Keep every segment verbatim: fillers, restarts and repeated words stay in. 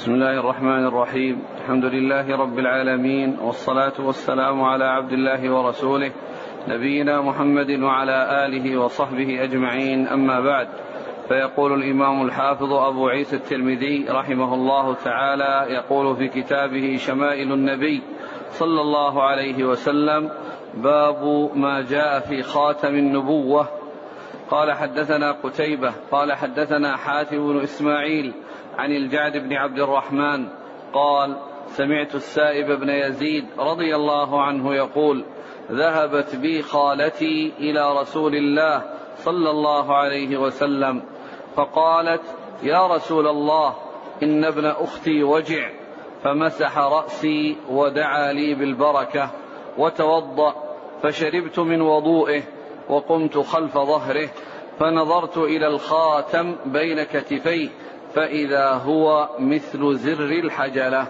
بسم الله الرحمن الرحيم. الحمد لله رب العالمين، والصلاة والسلام على عبد الله ورسوله نبينا محمد وعلى آله وصحبه أجمعين، أما بعد. فيقول الإمام الحافظ أبو عيسى الترمذي رحمه الله تعالى، يقول في كتابه شمائل النبي صلى الله عليه وسلم: باب ما جاء في خاتم النبوة. قال: حدثنا قتيبة قال: حدثنا حاتم بن إسماعيل عن الجعد بن عبد الرحمن قال: سمعت السائب بن يزيد رضي الله عنه يقول: ذهبت بي خالتي إلى رسول الله صلى الله عليه وسلم فقالت: يا رسول الله، إن ابن أختي وجع، فمسح رأسي ودعا لي بالبركة وتوضأ، فشربت من وضوئه وقمت خلف ظهره فنظرت إلى الخاتم بين كتفيه فإذا هو مثل زر الحجلة.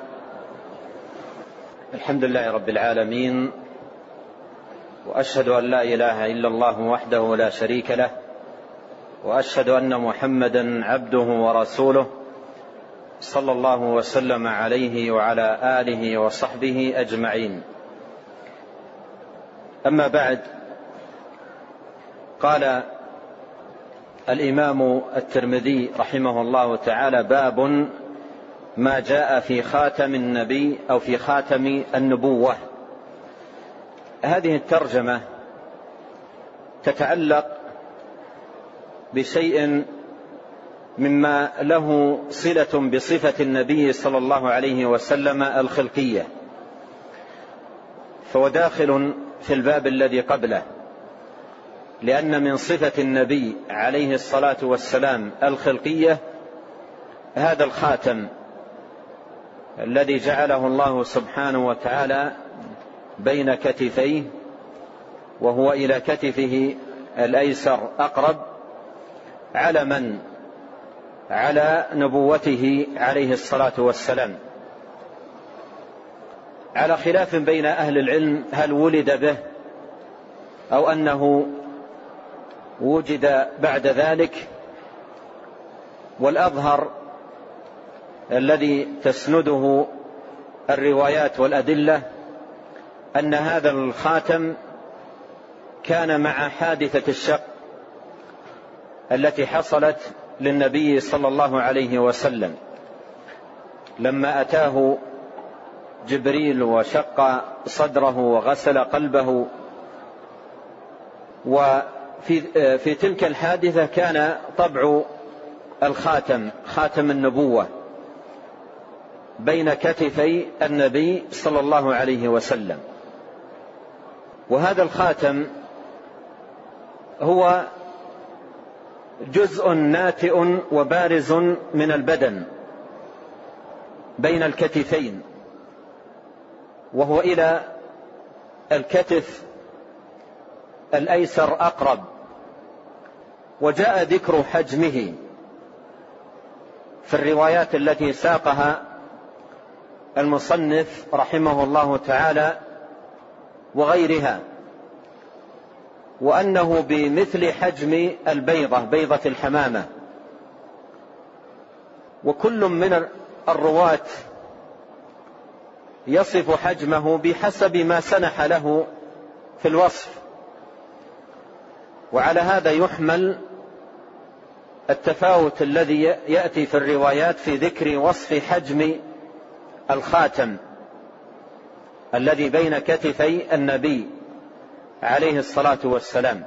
الحمد لله رب العالمين، وأشهد أن لا إله إلا الله وحده لا شريك له، وأشهد أن محمدا عبده ورسوله صلى الله وسلم عليه وعلى آله وصحبه أجمعين. أما بعد، قال الإمام الترمذي رحمه الله تعالى: باب ما جاء في خاتم النبي أو في خاتم النبوة. هذه الترجمة تتعلق بشيء مما له صلة بصفة النبي صلى الله عليه وسلم الخلقية، فهو داخل في الباب الذي قبله، لأن من صفة النبي عليه الصلاة والسلام الخلقية هذا الخاتم الذي جعله الله سبحانه وتعالى بين كتفيه، وهو إلى كتفه الأيسر أقرب، علما على نبوته عليه الصلاة والسلام، على خلاف بين أهل العلم هل ولد به أو أنه وجد بعد ذلك. والأظهر الذي تسنده الروايات والأدلة أن هذا الخاتم كان مع حادثة الشق التي حصلت للنبي صلى الله عليه وسلم، لما أتاه جبريل وشق صدره وغسل قلبه. وفي في تلك الحادثة كان طبع الخاتم، خاتم النبوة، بين كتفي النبي صلى الله عليه وسلم. وهذا الخاتم هو جزء ناتئ وبارز من البدن بين الكتفين، وهو إلى الكتف الأيسر أقرب. وجاء ذكر حجمه في الروايات التي ساقها المصنف رحمه الله تعالى وغيرها، وأنه بمثل حجم البيضة، بيضة الحمامة. وكل من الرواة يصف حجمه بحسب ما سنح له في الوصف، وعلى هذا يحمل التفاوت الذي يأتي في الروايات في ذكر وصف حجم الخاتم الذي بين كتفي النبي عليه الصلاة والسلام،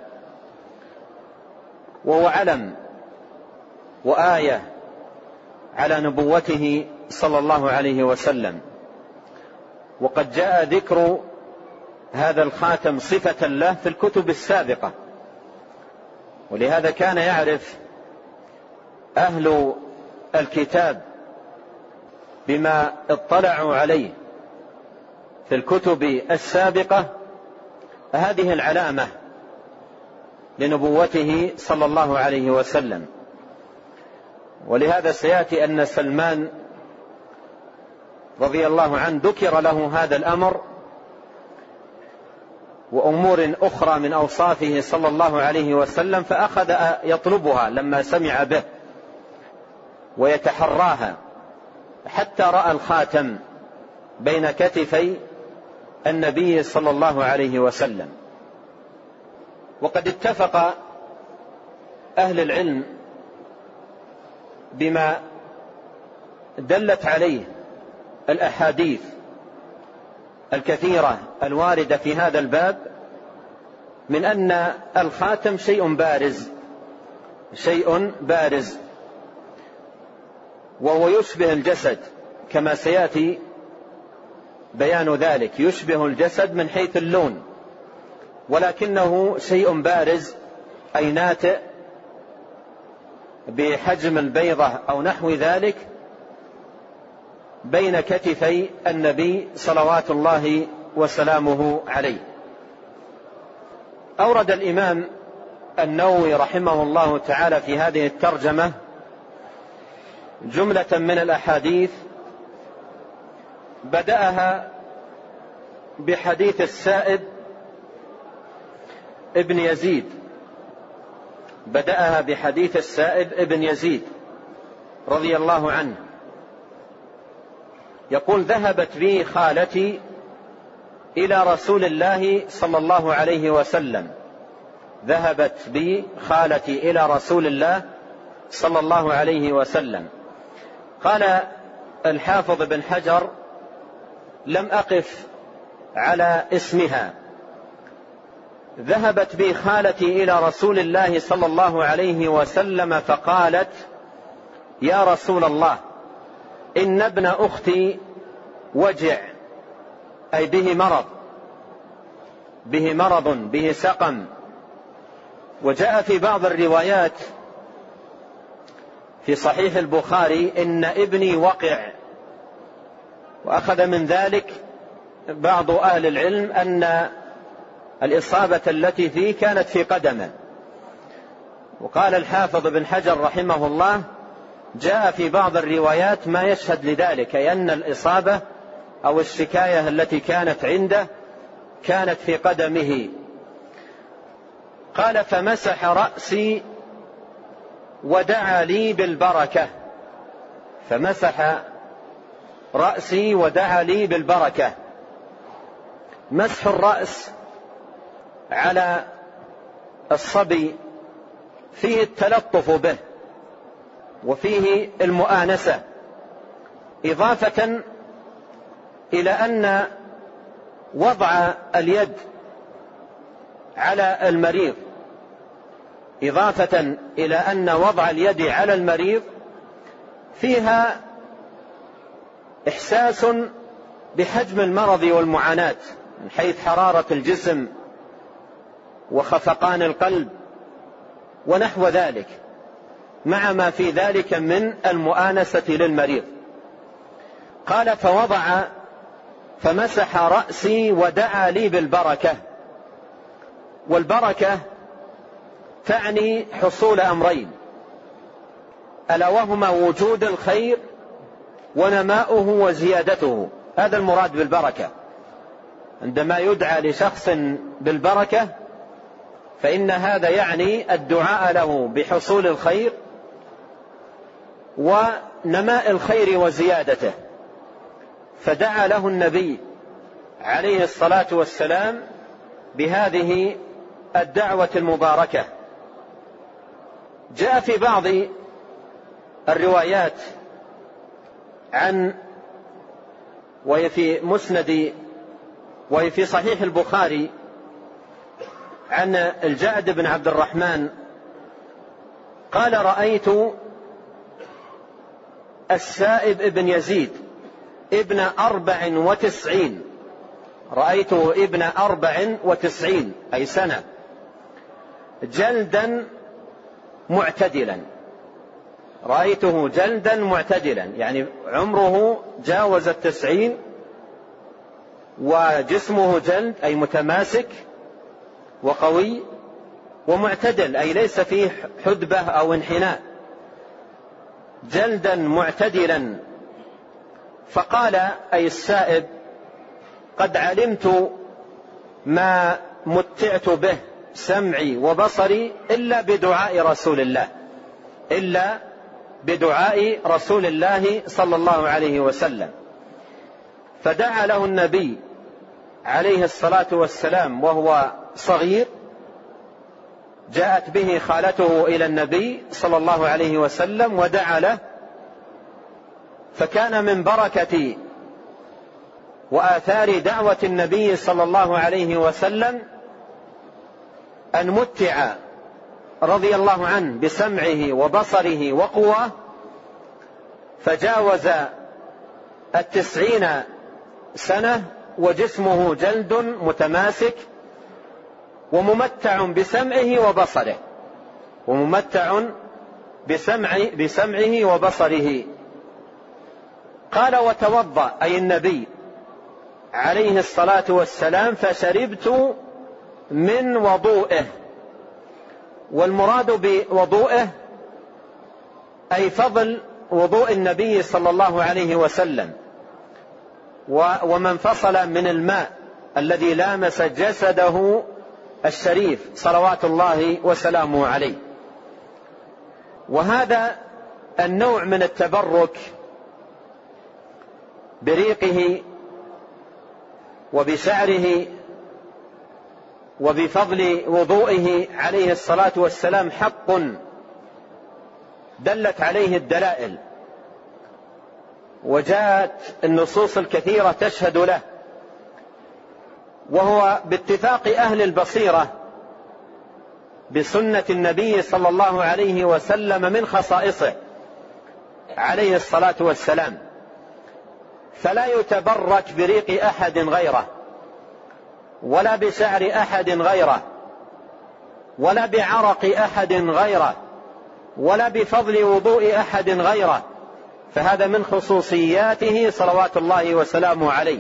وهو علم وآية على نبوته صلى الله عليه وسلم. وقد جاء ذكر هذا الخاتم صفة له في الكتب السابقة، ولهذا كان يعرف أهل الكتاب بما اطلعوا عليه في الكتب السابقة هذه العلامة لنبوته صلى الله عليه وسلم. ولهذا سيأتي أن سلمان رضي الله عنه ذكر له هذا الأمر وأمور أخرى من أوصافه صلى الله عليه وسلم، فأخذ يطلبها لما سمع به ويتحراها، حتى رأى الخاتم بين كتفي النبي صلى الله عليه وسلم. وقد اتفق أهل العلم بما دلت عليه الأحاديث الكثيرة الواردة في هذا الباب من أن الخاتم شيء بارز شيء بارز وهو يشبه الجسد كما سيأتي بيان ذلك، يشبه الجسد من حيث اللون، ولكنه شيء بارز أي ناتئ بحجم البيضة أو نحو ذلك بين كتفي النبي صلوات الله وسلامه عليه. أورد الإمام النووي رحمه الله تعالى في هذه الترجمة جملة من الأحاديث بدأها بحديث السائب ابن يزيد بدأها بحديث السائب ابن يزيد رضي الله عنه يقول: ذهبت بي خالتي إلى رسول الله صلى الله عليه وسلم ذهبت بي خالتي إلى رسول الله صلى الله عليه وسلم. قال الحافظ بن حجر: لم أقف على اسمها. ذهبت بي خالتي إلى رسول الله صلى الله عليه وسلم فقالت: يا رسول الله، إن ابن أختي وجع، أي به مرض به مرض به سقم. وجاء في بعض الروايات في صحيح البخاري: إن ابني وقع. وأخذ من ذلك بعض أهل العلم أن الإصابة التي فيه كانت في قدمه. وقال الحافظ بن حجر رحمه الله: جاء في بعض الروايات ما يشهد لذلك، أي أن الإصابة أو الشكاية التي كانت عنده كانت في قدمه. قال: فمسح رأسي ودعا لي بالبركة. فمسح رأسي ودعا لي بالبركة. مسح الرأس على الصبي فيه التلطف به وفيه المؤانسة، إضافة إلى أن وضع اليد على المريض إضافة إلى أن وضع اليد على المريض فيها إحساس بحجم المرض والمعاناة من حيث حرارة الجسم وخفقان القلب ونحو ذلك، مع ما في ذلك من المؤانسة للمريض. قال: فوضع فمسح رأسي ودعا لي بالبركة. والبركة تعني حصول أمرين، ألا وهما وجود الخير ونماؤه وزيادته. هذا المراد بالبركة. عندما يدعى لشخص بالبركة فإن هذا يعني الدعاء له بحصول الخير ونماء الخير وزيادته. فدعا له النبي عليه الصلاة والسلام بهذه الدعوة المباركة. جاء في بعض الروايات عن وهي في مسند وهي في صحيح البخاري عن الجعد بن عبد الرحمن قال: رأيت السائب ابن يزيد ابن أربع وتسعين رأيته ابن أربع وتسعين أي سنة جلدا معتدلا. رأيته جلدا معتدلا يعني عمره جاوز التسعين وجسمه جلد أي متماسك وقوي، ومعتدل أي ليس فيه حدبة أو انحناء، جلدا معتدلا. فقال أي السائب: قد علمت ما متعت به سمعي وبصري إلا بدعاء رسول الله إلا بدعاء رسول الله صلى الله عليه وسلم، فدعا له النبي عليه الصلاة والسلام وهو صغير. جاءت به خالته إلى النبي صلى الله عليه وسلم ودعا له، فكان من بركة وآثار دعوة النبي صلى الله عليه وسلم أن متع رضي الله عنه بسمعه وبصره وقوة، فجاوز التسعين سنة وجسمه جلد متماسك، وممتع بسمعه وبصره وممتع بسمع بسمعه وبصره. قال: وتوضأ أي النبي عليه الصلاة والسلام فشربت من وضوئه. والمراد بوضوئه أي فضل وضوء النبي صلى الله عليه وسلم، وما انفصل من الماء الذي لامس جسده الشريف صلوات الله وسلامه عليه. وهذا النوع من التبرك بريقه وبشعره وبفضل وضوئه عليه الصلاة والسلام حق دلت عليه الدلائل، وجاءت النصوص الكثيرة تشهد له، وهو باتفاق أهل البصيرة بسنة النبي صلى الله عليه وسلم من خصائصه عليه الصلاة والسلام، فلا يتبرك بريق أحد غيره، ولا بشعر أحد غيره، ولا بعرق أحد غيره، ولا بفضل وضوء أحد غيره، فهذا من خصوصياته صلوات الله وسلامه عليه،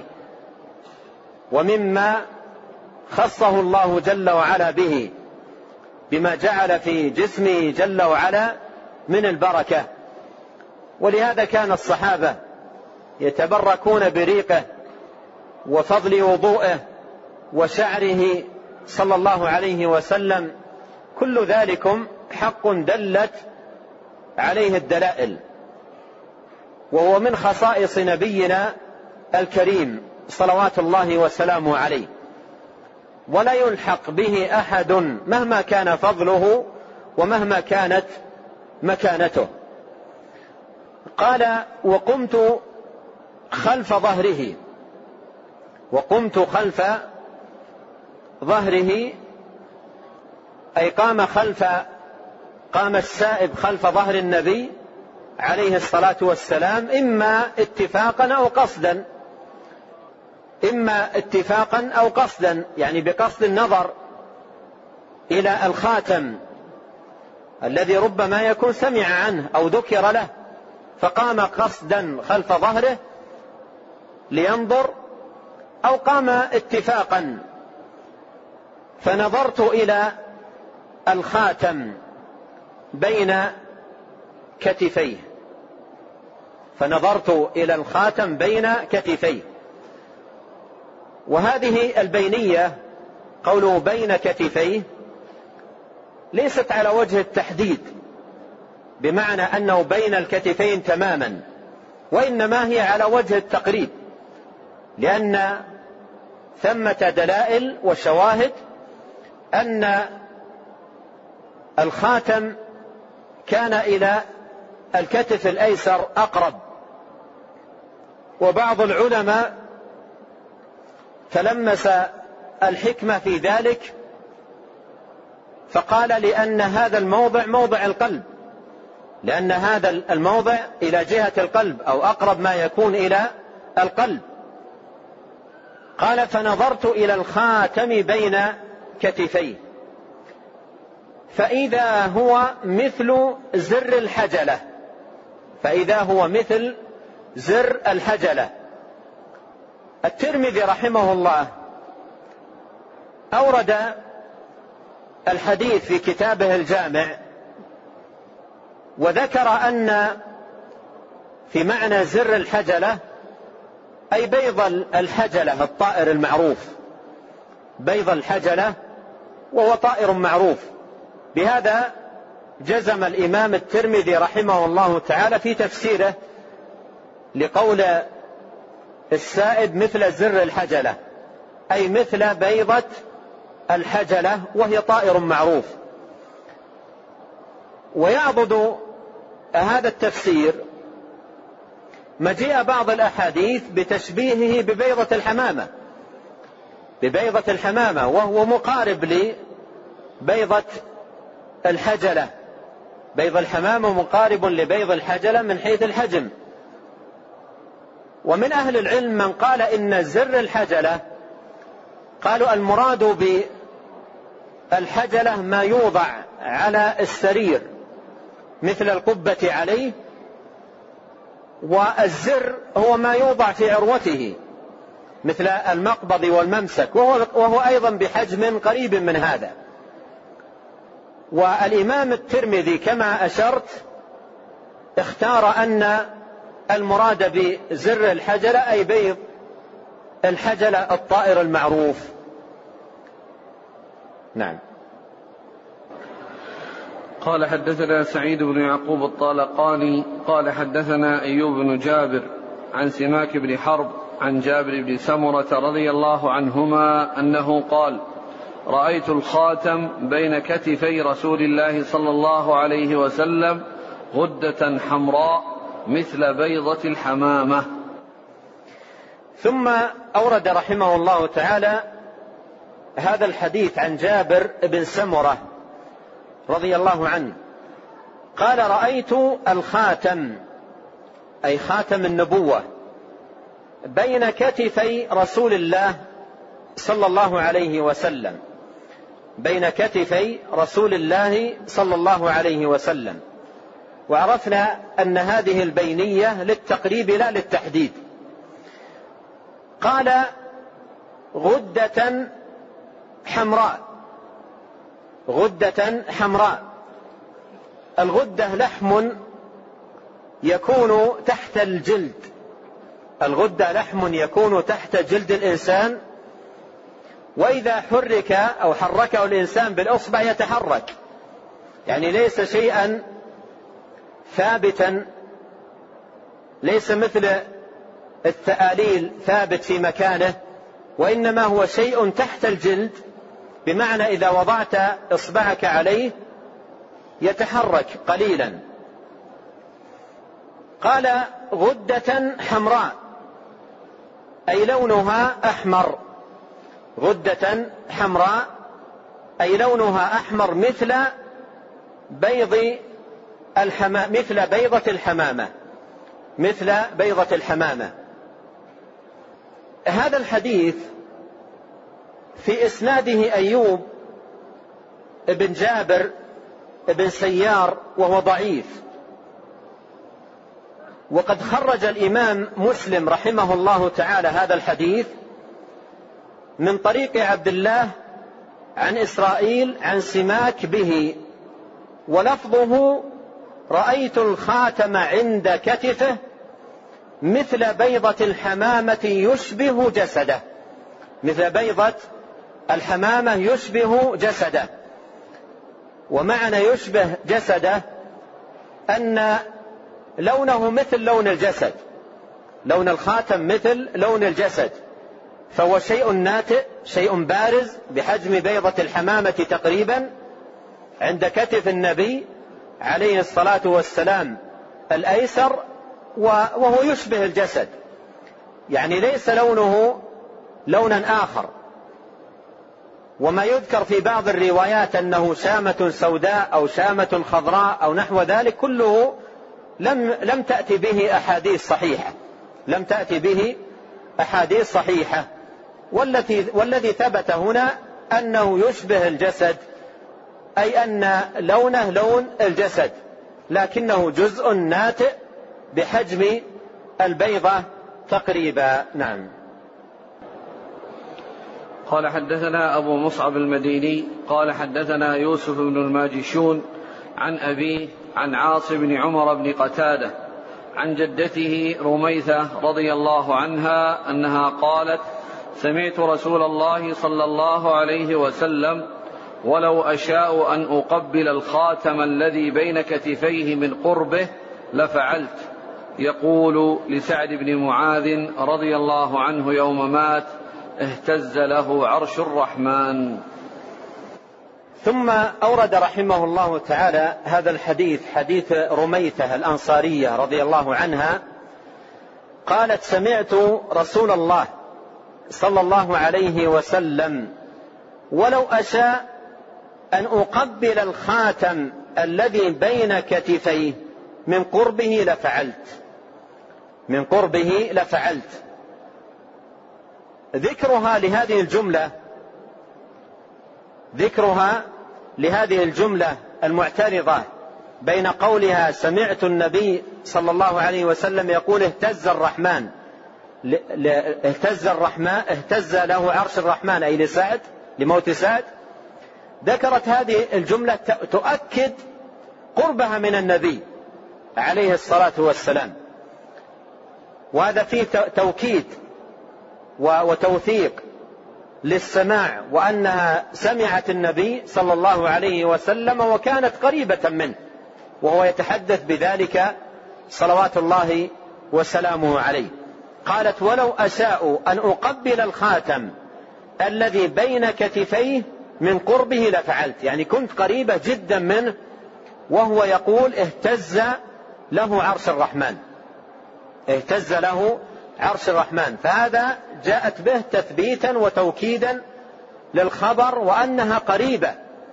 ومما خصه الله جل وعلا به، بما جعل في جسمه جل وعلا من البركة. ولهذا كان الصحابة يتبركون بريقه وفضل وضوءه وشعره صلى الله عليه وسلم، كل ذلكم حق دلت عليه الدلائل، وهو من خصائص نبينا الكريم صلوات الله وسلامه عليه، ولا يلحق به أحد مهما كان فضله ومهما كانت مكانته. قال: وقمت خلف ظهره. وقمت خلف ظهره أي قام خلف قام السائب خلف ظهر النبي عليه الصلاة والسلام، إما اتفاقا أو قصدا، إما اتفاقا أو قصدا، يعني بقصد النظر إلى الخاتم الذي ربما يكون سمع عنه أو ذكر له، فقام قصدا خلف ظهره لينظر، أو قام اتفاقا فنظرت إلى الخاتم بين كتفيه فنظرت إلى الخاتم بين كتفيه. وهذه البينية قوله بين كتفيه ليست على وجه التحديد بمعنى أنه بين الكتفين تماما، وإنما هي على وجه التقريب، لأن ثمة دلائل وشواهد أن الخاتم كان إلى الكتف الأيسر أقرب. وبعض العلماء تلمس الحكمة في ذلك فقال: لأن هذا الموضع موضع القلب، لأن هذا الموضع إلى جهة القلب أو أقرب ما يكون إلى القلب. قال: فنظرت إلى الخاتم بين كتفيه فإذا هو مثل زر الحجلة فإذا هو مثل زر الحجلة. الترمذي رحمه الله أورد الحديث في كتابه الجامع، وذكر أن في معنى زر الحجلة أي بيض الحجلة الطائر المعروف، بيض الحجلة وهو طائر معروف. بهذا جزم الإمام الترمذي رحمه الله تعالى في تفسيره لقول السائب مثل زر الحجلة، أي مثل بيضة الحجلة، وهي طائر معروف. ويعضد هذا التفسير مجيء بعض الأحاديث بتشبيهه ببيضة الحمامة ببيضة الحمامة وهو مقارب لبيضة الحجلة. بيض الحمامة مقارب لبيض الحجلة من حيث الحجم. ومن أهل العلم من قال إن زر الحجلة، قالوا المراد بالحجلة ما يوضع على السرير مثل القبة عليه، والزر هو ما يوضع في عروته مثل المقبض والممسك، وهو, وهو أيضا بحجم قريب من هذا. والإمام الترمذي كما أشرت اختار أن المراد بزر الحجلة أي بيض الحجلة الطائر المعروف. نعم. قال حدثنا سعيد بن يعقوب الطالقاني قال حدثنا أيوب بن جابر عن سماك بن حرب عن جابر بن سمرة رضي الله عنهما أنه قال: رأيت الخاتم بين كتفي رسول الله صلى الله عليه وسلم غدة حمراء مثل بيضة الحمامة. ثم أورد رحمه الله تعالى هذا الحديث عن جابر بن سمرة رضي الله عنه قال: رأيت الخاتم أي خاتم النبوة بين كتفي رسول الله صلى الله عليه وسلم بين كتفي رسول الله صلى الله عليه وسلم. وعرفنا أن هذه البينية للتقريب لا للتحديد. قال: غدة حمراء غدة حمراء. الغدة لحم يكون تحت الجلد الغدة لحم يكون تحت جلد الإنسان، وإذا حرك أو حركه الإنسان بالأصبع يتحرك، يعني ليس شيئا ثابتا، ليس مثل التآليل ثابت في مكانه، وإنما هو شيء تحت الجلد، بمعنى إذا وضعت إصبعك عليه يتحرك قليلا. قال: غدة حمراء أي لونها أحمر غدة حمراء أي لونها أحمر مثل بيض الحمامة مثل بيضة الحمامة مثل بيضة الحمامة. هذا الحديث في إسناده أيوب ابن جابر ابن سيار وهو ضعيف. وقد خرج الإمام مسلم رحمه الله تعالى هذا الحديث من طريق عبد الله عن إسرائيل عن سماك به، ولفظه: رأيت الخاتم عند كتفه مثل بيضة الحمامة يشبه جسده مثل بيضة الحمامة يشبه جسده. ومعنى يشبه جسده أن لونه مثل لون الجسد، لون الخاتم مثل لون الجسد، فهو شيء ناتئ شيء بارز بحجم بيضة الحمامة تقريبا عند كتف النبي عليه الصلاة والسلام الأيسر، وهو يشبه الجسد، يعني ليس لونه لونا آخر. وما يذكر في بعض الروايات أنه شامة سوداء أو شامة خضراء أو نحو ذلك كله لم لم تأتي به أحاديث صحيحة لم تأتي به أحاديث صحيحة والتي والذي ثبت هنا أنه يشبه الجسد، أي أن لونه لون الجسد لكنه جزء ناتئ بحجم البيضة تقريبا. نعم. قال حدثنا أبو مصعب المديني قال حدثنا يوسف بن الماجشون عن أبيه عن عاصم بن عمر بن قتادة عن جدته رميثة رضي الله عنها أنها قالت: سمعت رسول الله صلى الله عليه وسلم ولو أشاء أن أقبل الخاتم الذي بين كتفيه من قربه لفعلت. يقول لسعد بن معاذ رضي الله عنه يوم مات: اهتز له عرش الرحمن. ثم أورد رحمه الله تعالى هذا الحديث، حديث رميثة الأنصارية رضي الله عنها، قالت: سمعت رسول الله صلى الله عليه وسلم ولو أشاء أن أقبل الخاتم الذي بين كتفيه من قربه لفعلت من قربه لفعلت. ذكرها لهذه الجملة ذكرها لهذه الجملة المعترضة بين قولها: سمعت النبي صلى الله عليه وسلم يقول اهتز الرحمن اهتز الرحمن اهتز له عرش الرحمن، أي لسعد، لموت سعد. ذكرت هذه الجملة تؤكد قربها من النبي عليه الصلاة والسلام، وهذا فيه توكيد وتوثيق للسماع، وأنها سمعت النبي صلى الله عليه وسلم وكانت قريبة منه وهو يتحدث بذلك صلوات الله وسلامه عليه. قالت: ولو أشاء أن أقبل الخاتم الذي بين كتفيه من قربه لفعلت، يعني كنت قريبة جدا منه وهو يقول اهتز له عرش الرحمن اهتز له عرش الرحمن. فهذا جاءت به تثبيتا وتوكيدا للخبر، وأنها قريبة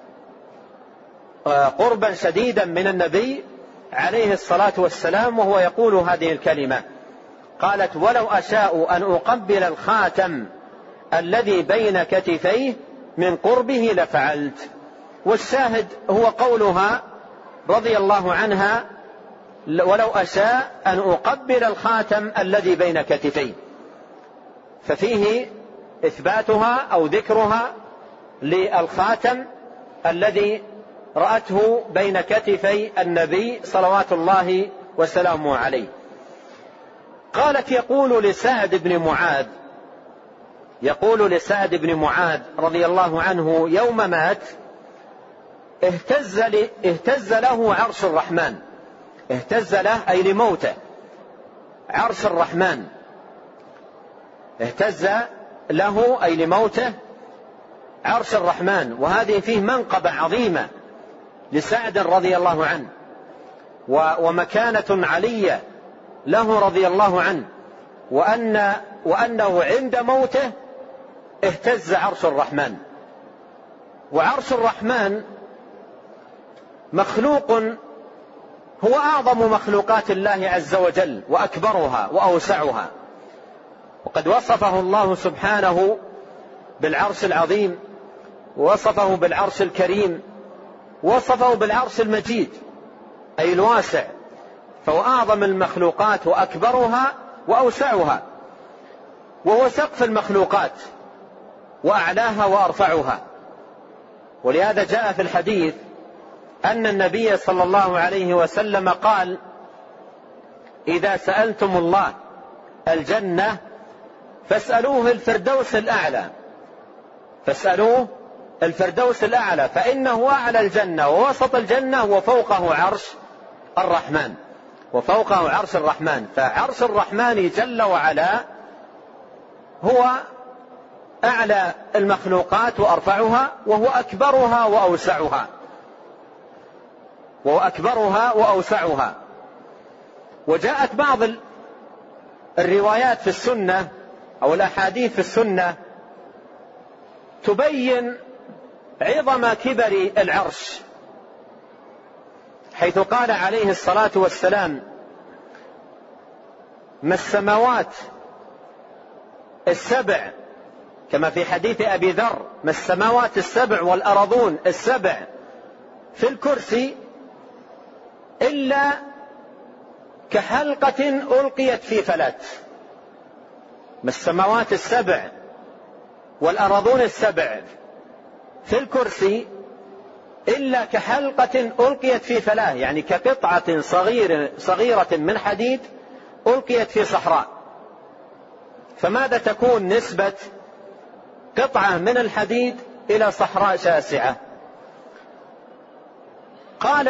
قربا شديدا من النبي عليه الصلاة والسلام وهو يقول هذه الكلمة. قالت: ولو أشاء أن أقبل الخاتم الذي بين كتفيه من قربه لفعلت. والشاهد هو قولها رضي الله عنها: ولو أشاء أن أقبل الخاتم الذي بين كتفيه، ففيه إثباتها أو ذكرها للخاتم الذي رأته بين كتفي النبي صلوات الله وسلامه عليه. قالت: يقول لسعد بن معاذ يقول لسعد بن معاذ رضي الله عنه يوم مات: اهتز, اهتز له عرش الرحمن اهتز له أي لموته عرش الرحمن اهتز له أي لموته عرش الرحمن. وهذه فيه منقبة عظيمة لسعد رضي الله عنه ومكانة علية له رضي الله عنه، وأن وأنه عند موته اهتز عرش الرحمن. وعرش الرحمن مخلوق هو أعظم مخلوقات الله عز وجل وأكبرها وأوسعها، وقد وصفه الله سبحانه بالعرش العظيم، ووصفه بالعرش الكريم، ووصفه بالعرش المجيد أي الواسع، فهو أعظم المخلوقات وأكبرها وأوسعها، وهو سقف المخلوقات وأعلاها وأرفعها. ولهذا جاء في الحديث أن النبي صلى الله عليه وسلم قال: إذا سألتم الله الجنة فاسألوه الفردوس الأعلى فاسألوه الفردوس الأعلى فإنه أعلى الجنة ووسط الجنة وفوقه عرش الرحمن وفوقه عرش الرحمن. فعرش الرحمن جل وعلا هو أعلى المخلوقات وأرفعها، وهو أكبرها وأوسعها وهو أكبرها وأوسعها. وجاءت بعض الروايات في السنة أو الأحاديث في السنة تبين عظم كبر العرش، حيث قال عليه الصلاة والسلام: ما السماوات السبع، كما في حديث أبي ذر: ما السماوات السبع والأرضون السبع في الكرسي إلا كحلقة ألقيت في فلاة. ما السماوات السبع والأرضون السبع في الكرسي إلا كحلقة ألقيت في فلاة، يعني كقطعة صغيرة, صغيرة من حديد ألقيت في صحراء. فماذا تكون نسبة قطعة من الحديد إلى صحراء شاسعة؟ قال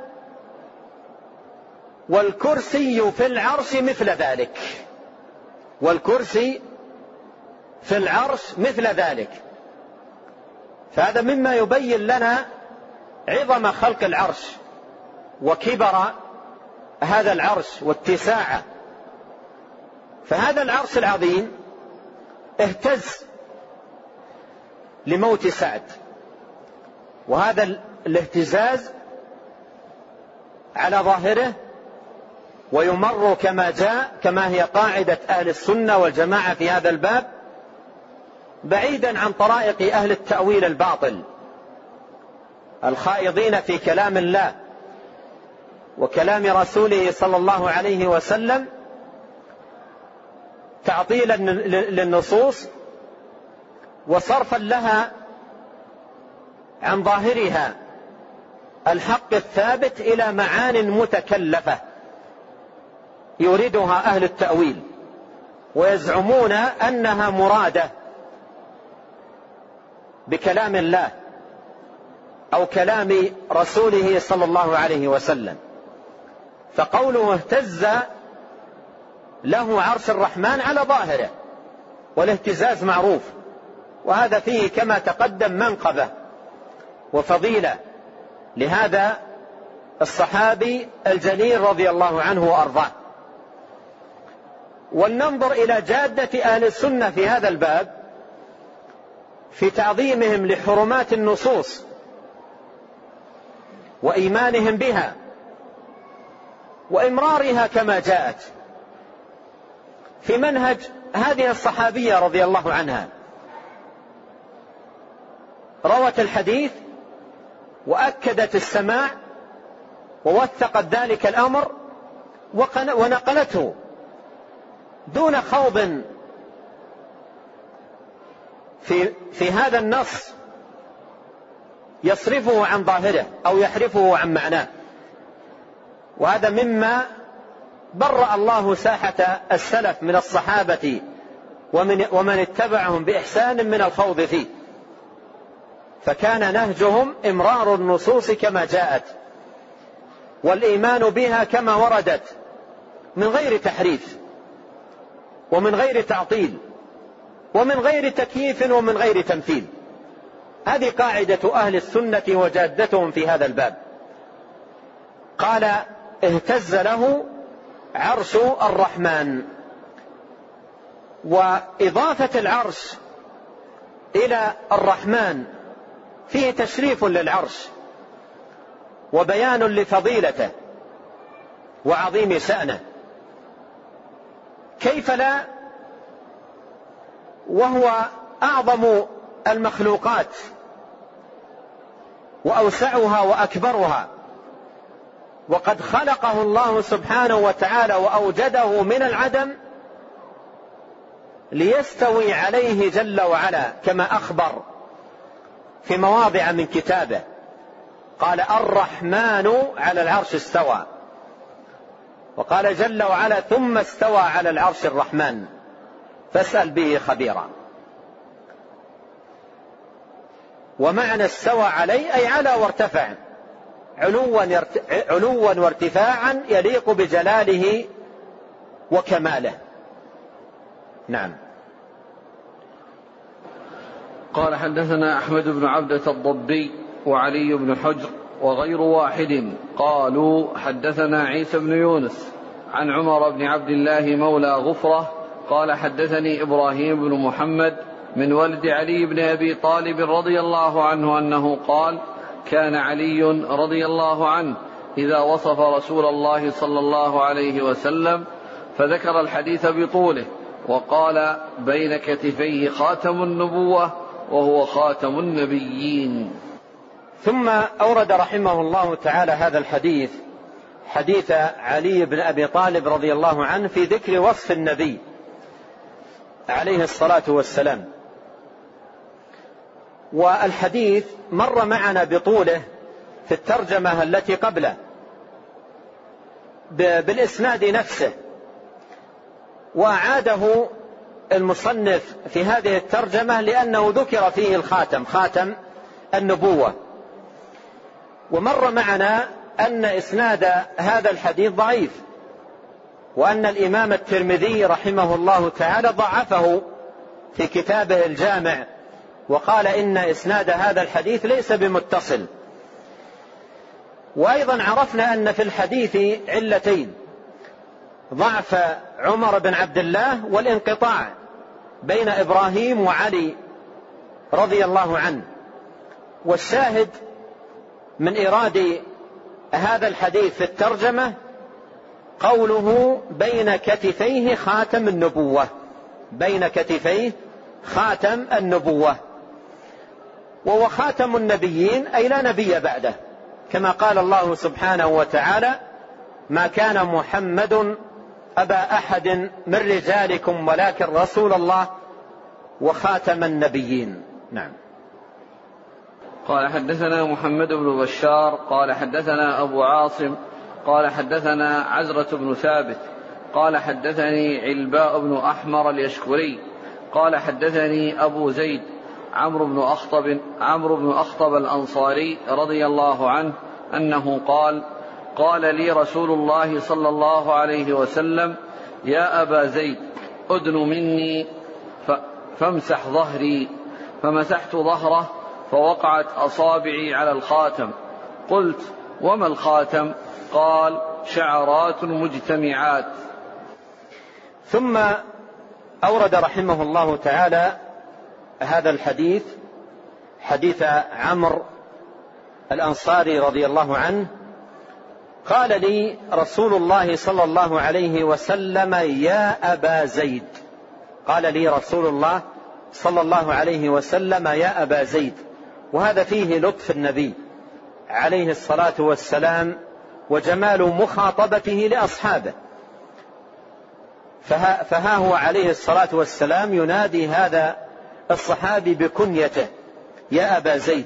والكرسي في العرش مثل ذلك، والكرسي في العرش مثل ذلك. فهذا مما يبين لنا عظم خلق العرش وكبر هذا العرش واتساعه. فهذا العرش العظيم اهتز لموت سعد، وهذا الاهتزاز على ظاهره ويمر كما جاء، كما هي قاعدة أهل السنة والجماعة في هذا الباب، بعيدا عن طرائق أهل التأويل الباطل الخائضين في كلام الله وكلام رسوله صلى الله عليه وسلم تعطيلا للنصوص وصرفا لها عن ظاهرها الحق الثابت إلى معان متكلفة يريدها أهل التأويل ويزعمون أنها مرادة بكلام الله أو كلام رسوله صلى الله عليه وسلم. فقوله اهتز له عرش الرحمن على ظاهره، والاهتزاز معروف، وهذا فيه كما تقدم منقبة وفضيلة لهذا الصحابي الجليل رضي الله عنه وأرضاه. ولننظر إلى جادة أهل السنة في هذا الباب في تعظيمهم لحرمات النصوص وإيمانهم بها وإمرارها كما جاءت في منهج هذه الصحابية رضي الله عنها. روت الحديث وأكدت السماع ووثقت ذلك الأمر ونقلته دون خوض في, في هذا النص يصرفه عن ظاهره أو يحرفه عن معناه. وهذا مما برأ الله ساحة السلف من الصحابة ومن, ومن اتبعهم بإحسان من الخوض فيه، فكان نهجهم إمرار النصوص كما جاءت والإيمان بها كما وردت من غير تحريف ومن غير تعطيل ومن غير تكييف ومن غير تمثيل. هذه قاعدة أهل السنة وجادتهم في هذا الباب. قال اهتز له عرش الرحمن، وإضافة العرش إلى الرحمن فيه تشريف للعرش وبيان لفضيلته وعظيم شأنه، كيف لا وهو أعظم المخلوقات وأوسعها وأكبرها، وقد خلقه الله سبحانه وتعالى وأوجده من العدم ليستوي عليه جل وعلا كما أخبر في مواضع من كتابه. قال الرحمن على العرش استوى، وقال جل وعلا ثم استوى على العرش الرحمن فاسأل به خبيرا. ومعنى استوى عليه أي على وارتفع، علوا علوا وارتفاعا يليق بجلاله وكماله. نعم. قال حدثنا أحمد بن عبدة الضبي وعلي بن حجر وغير واحد قالوا حدثنا عيسى بن يونس عن عمر بن عبد الله مولى غفرة قال حدثني إبراهيم بن محمد من ولد علي بن أبي طالب رضي الله عنه أنه قال كان علي رضي الله عنه إذا وصف رسول الله صلى الله عليه وسلم فذكر الحديث بطوله وقال بين كتفيه خاتم النبوة وهو خاتم النبيين. ثم أورد رحمه الله تعالى هذا الحديث، حديث علي بن أبي طالب رضي الله عنه في ذكر وصف النبي عليه الصلاة والسلام. والحديث مر معنا بطوله في الترجمة التي قبله بالإسناد نفسه، وأعاده المصنف في هذه الترجمة لأنه ذكر فيه الخاتم، خاتم النبوة. ومر معنا أن إسناد هذا الحديث ضعيف، وأن الإمام الترمذي رحمه الله تعالى ضعفه في كتابه الجامع، وقال إن إسناد هذا الحديث ليس بمتصل. وأيضا عرفنا أن في الحديث علتين: ضعف عمر بن عبد الله، والانقطاع بين إبراهيم وعلي رضي الله عنه. والشاهد من إيراد هذا الحديث في الترجمة قوله بين كتفيه خاتم النبوة، بين كتفيه خاتم النبوة، وهو خاتم النبيين أي لا نبي بعده، كما قال الله سبحانه وتعالى: ما كان محمد أبا أحد من رجالكم ولكن رسول الله وخاتم النبيين. نعم. قال حدثنا محمد بن بشار قال حدثنا أبو عاصم قال حدثنا عزرة بن ثابت قال حدثني علباء بن أحمر اليشكري قال حدثني أبو زيد عمرو بن أخطب عمرو بن أخطب الأنصاري رضي الله عنه أنه قال: قال لي رسول الله صلى الله عليه وسلم: يا أبا زيد أدن مني فامسح ظهري، فمسحت ظهره فوقعت أصابعي على الخاتم. قلت: وما الخاتم؟ قال: شعرات مجتمعات. ثم أورد رحمه الله تعالى هذا الحديث، حديث عمرو الأنصاري رضي الله عنه: قال لي رسول الله صلى الله عليه وسلم: يا أبا زيد. قال لي رسول الله صلى الله عليه وسلم: يا أبا زيد. وهذا فيه لطف النبي عليه الصلاة والسلام وجمال مخاطبته لأصحابه، فها, فها هو عليه الصلاة والسلام ينادي هذا الصحابي بكنيته: يا أبا زيد.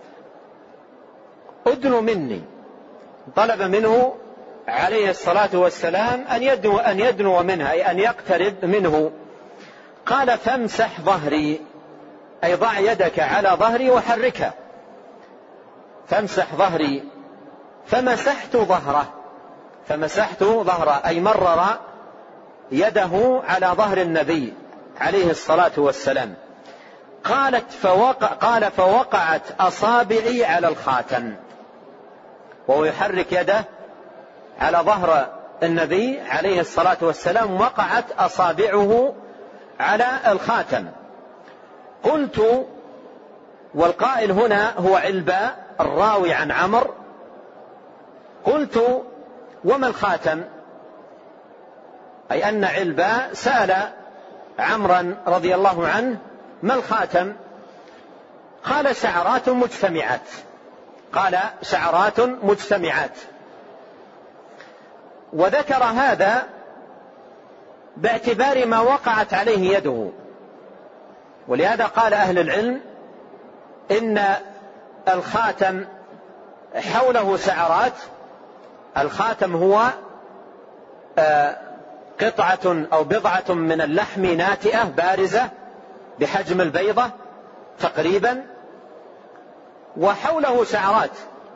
أدن مني، طلب منه عليه الصلاة والسلام أن يدنو, أن يدنو منها، أي أن يقترب منه. قال: فامسح ظهري، أي ضع يدك على ظهري وحركها. فامسح ظهري، فمسحت ظهره، فمسحت ظهره أي مرر يده على ظهر النبي عليه الصلاة والسلام. قالت فوقع قال فوقعت أصابعي على الخاتم، وهو يحرك يده على ظهر النبي عليه الصلاة والسلام، وقعت أصابعه على الخاتم. قلت، والقائل هنا هو علباء الراوي عن عمرو: قلت: وما الخاتم؟ أي أن علباء سأل عمرا رضي الله عنه: ما الخاتم؟ قال: شعرات مجتمعات. قال: شعرات مجتمعات. وذكر هذا باعتبار ما وقعت عليه يده، ولهذا قال أهل العلم إن الخاتم حوله شعرات. الخاتم هو قطعة أو بضعة من اللحم ناتئة بارزة بحجم البيضة تقريبا، وحوله شعرات،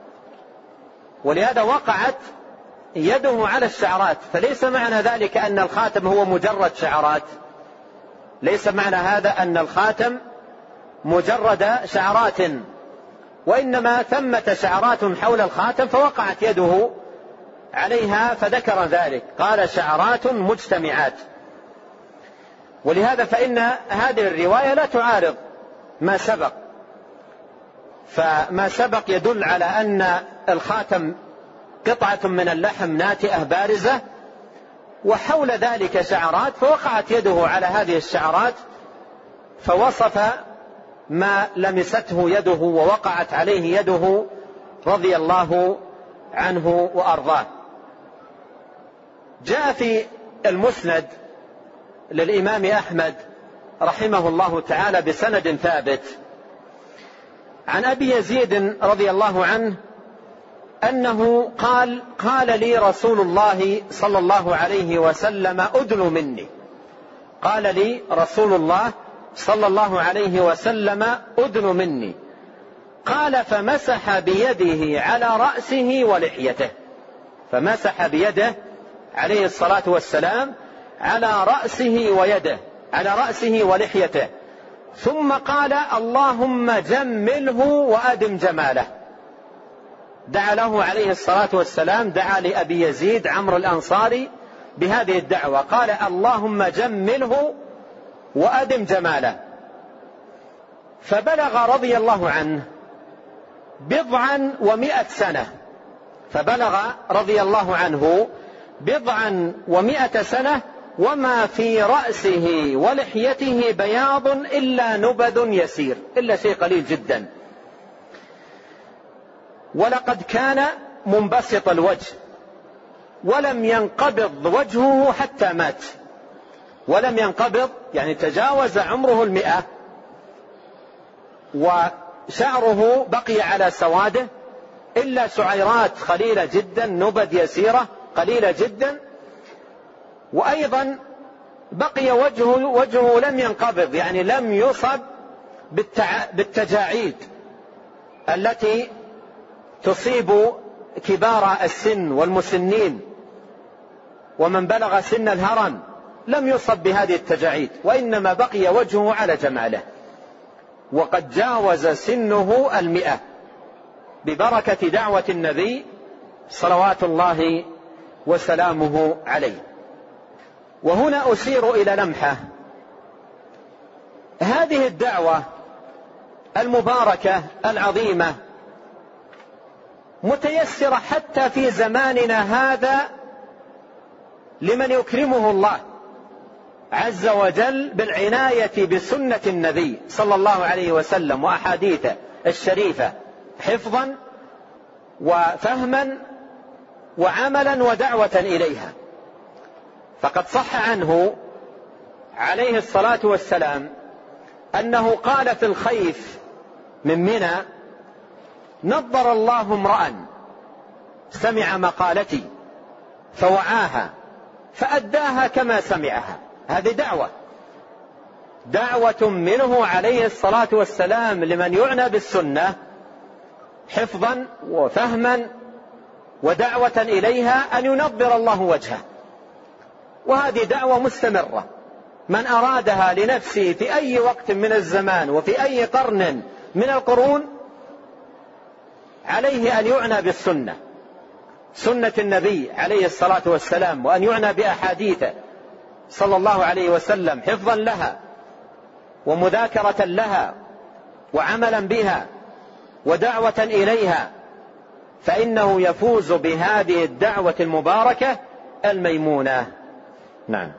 ولهذا وقعت يده على الشعرات. فليس معنى ذلك أن الخاتم هو مجرد شعرات، ليس معنى هذا أن الخاتم مجرد شعرات، وإنما ثمة شعرات حول الخاتم فوقعت يده عليها فذكر ذلك، قال: شعرات مجتمعات. ولهذا فإن هذه الرواية لا تعارض ما سبق، فما سبق يدل على أن الخاتم قطعة من اللحم ناتئة بارزة، وحول ذلك شعرات، فوقعت يده على هذه الشعرات فوصف ما لمسته يده ووقعت عليه يده رضي الله عنه وأرضاه. جاء في المسند للإمام أحمد رحمه الله تعالى بسند ثابت عن أبي يزيد رضي الله عنه أنه قال: قال لي رسول الله صلى الله عليه وسلم: أدن مني. قال لي رسول الله صلى الله عليه وسلم: أدن مني. قال فمسح بيده على رأسه ولحيته، فمسح بيده عليه الصلاة والسلام على رأسه ويده على رأسه ولحيته، ثم قال اللهم جمله وأدم جماله. دعا له عليه الصلاة والسلام، دعا لأبي يزيد عمرو الأنصاري بهذه الدعوة، قال اللهم جمله وأدم جماله. فبلغ رضي الله عنه بضعا ومائة سنة، فبلغ رضي الله عنه بضعا ومائة سنة وما في رأسه ولحيته بياض إلا نبذ يسير، إلا شيء قليل جدا. ولقد كان منبسط الوجه ولم ينقبض وجهه حتى مات، ولم ينقبض يعني تجاوز عمره المئة وشعره بقي على سواده إلا شعيرات قليلة جدا، نبذ يسيرة قليلة جدا. وأيضا بقي وجهه, وجهه لم ينقبض، يعني لم يصب بالتجاعيد التي تصيب كبار السن والمسنين ومن بلغ سن الهرم، لم يصب بهذه التجاعيد، وإنما بقي وجهه على جماله، وقد جاوز سنه المئة ببركة دعوة النبي صلوات الله وسلامه عليه. وهنا أشير إلى لمحة، هذه الدعوة المباركة العظيمة متيسرة حتى في زماننا هذا لمن يكرمه الله عز وجل بالعناية بسنة النبي صلى الله عليه وسلم وأحاديثه الشريفة حفظا وفهما وعملا ودعوة إليها. فقد صح عنه عليه الصلاة والسلام أنه قال في الخيف من منى: نضر الله امرأ سمع مقالتي فوعاها فأداها كما سمعها. هذه دعوة دعوة منه عليه الصلاة والسلام لمن يعنى بالسنة حفظا وفهما ودعوة إليها أن ينضر الله وجهه، وهذه دعوة مستمرة. من أرادها لنفسه في أي وقت من الزمان وفي أي قرن من القرون عليه أن يعنى بالسنة، سنة النبي عليه الصلاة والسلام، وأن يعنى بأحاديثه صلى الله عليه وسلم حفظا لها ومذاكرة لها وعملا بها ودعوة إليها، فإنه يفوز بهذه الدعوة المباركة الميمونة. نعم.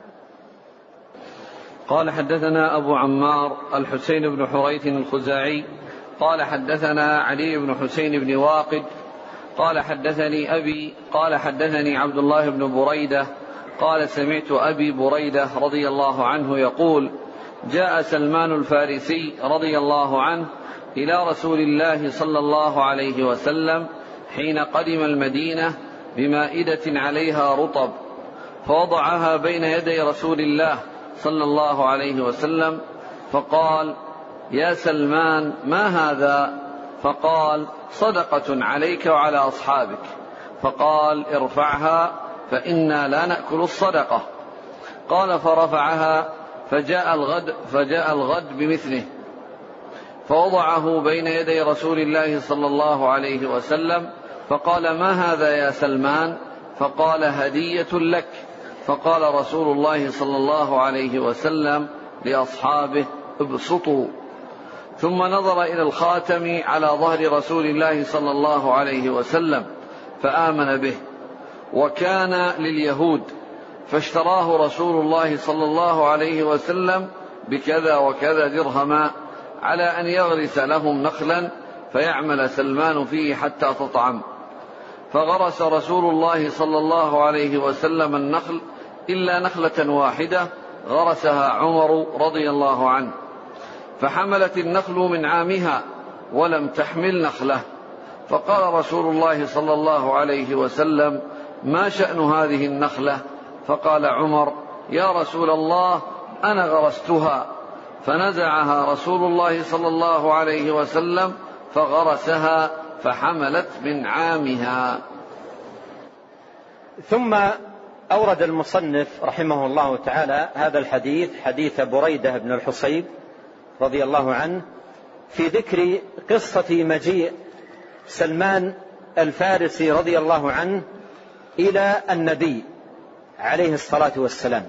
قال حدثنا أبو عمار الحسين بن حريث الخزاعي قال حدثنا علي بن حسين بن واقد قال حدثني أبي قال حدثني عبد الله بن بريدة قال سمعت أبي بريدة رضي الله عنه يقول: جاء سلمان الفارسي رضي الله عنه إلى رسول الله صلى الله عليه وسلم حين قدم المدينة بمائدة عليها رطب، فوضعها بين يدي رسول الله صلى الله عليه وسلم فقال: يا سلمان ما هذا؟ فقال: صدقة عليك وعلى أصحابك. فقال: ارفعها فإنا لا نأكل الصدقة. قال: فرفعها فجاء الغد, فجاء الغد بمثله فوضعه بين يدي رسول الله صلى الله عليه وسلم فقال: ما هذا يا سلمان؟ فقال: هدية لك. فقال رسول الله صلى الله عليه وسلم لأصحابه: ابسطوا. ثم نظر إلى الخاتم على ظهر رسول الله صلى الله عليه وسلم فآمن به، وكان لليهود، فاشتراه رسول الله صلى الله عليه وسلم بكذا وكذا درهما على أن يغرس لهم نخلا فيعمل سلمان فيه حتى تطعم. فغرس رسول الله صلى الله عليه وسلم النخل إلا نخلة واحدة غرسها عمر رضي الله عنه، فحملت النخل من عامها ولم تحمل نخلة. فقال رسول الله صلى الله عليه وسلم: ما شأن هذه النخلة؟ فقال عمر: يا رسول الله أنا غرستها. فنزعها رسول الله صلى الله عليه وسلم فغرسها فحملت من عامها. ثم أورد المصنف رحمه الله تعالى هذا الحديث، حديث بريدة بن الحصيب رضي الله عنه، في ذكر قصة مجيء سلمان الفارسي رضي الله عنه إلى النبي عليه الصلاة والسلام.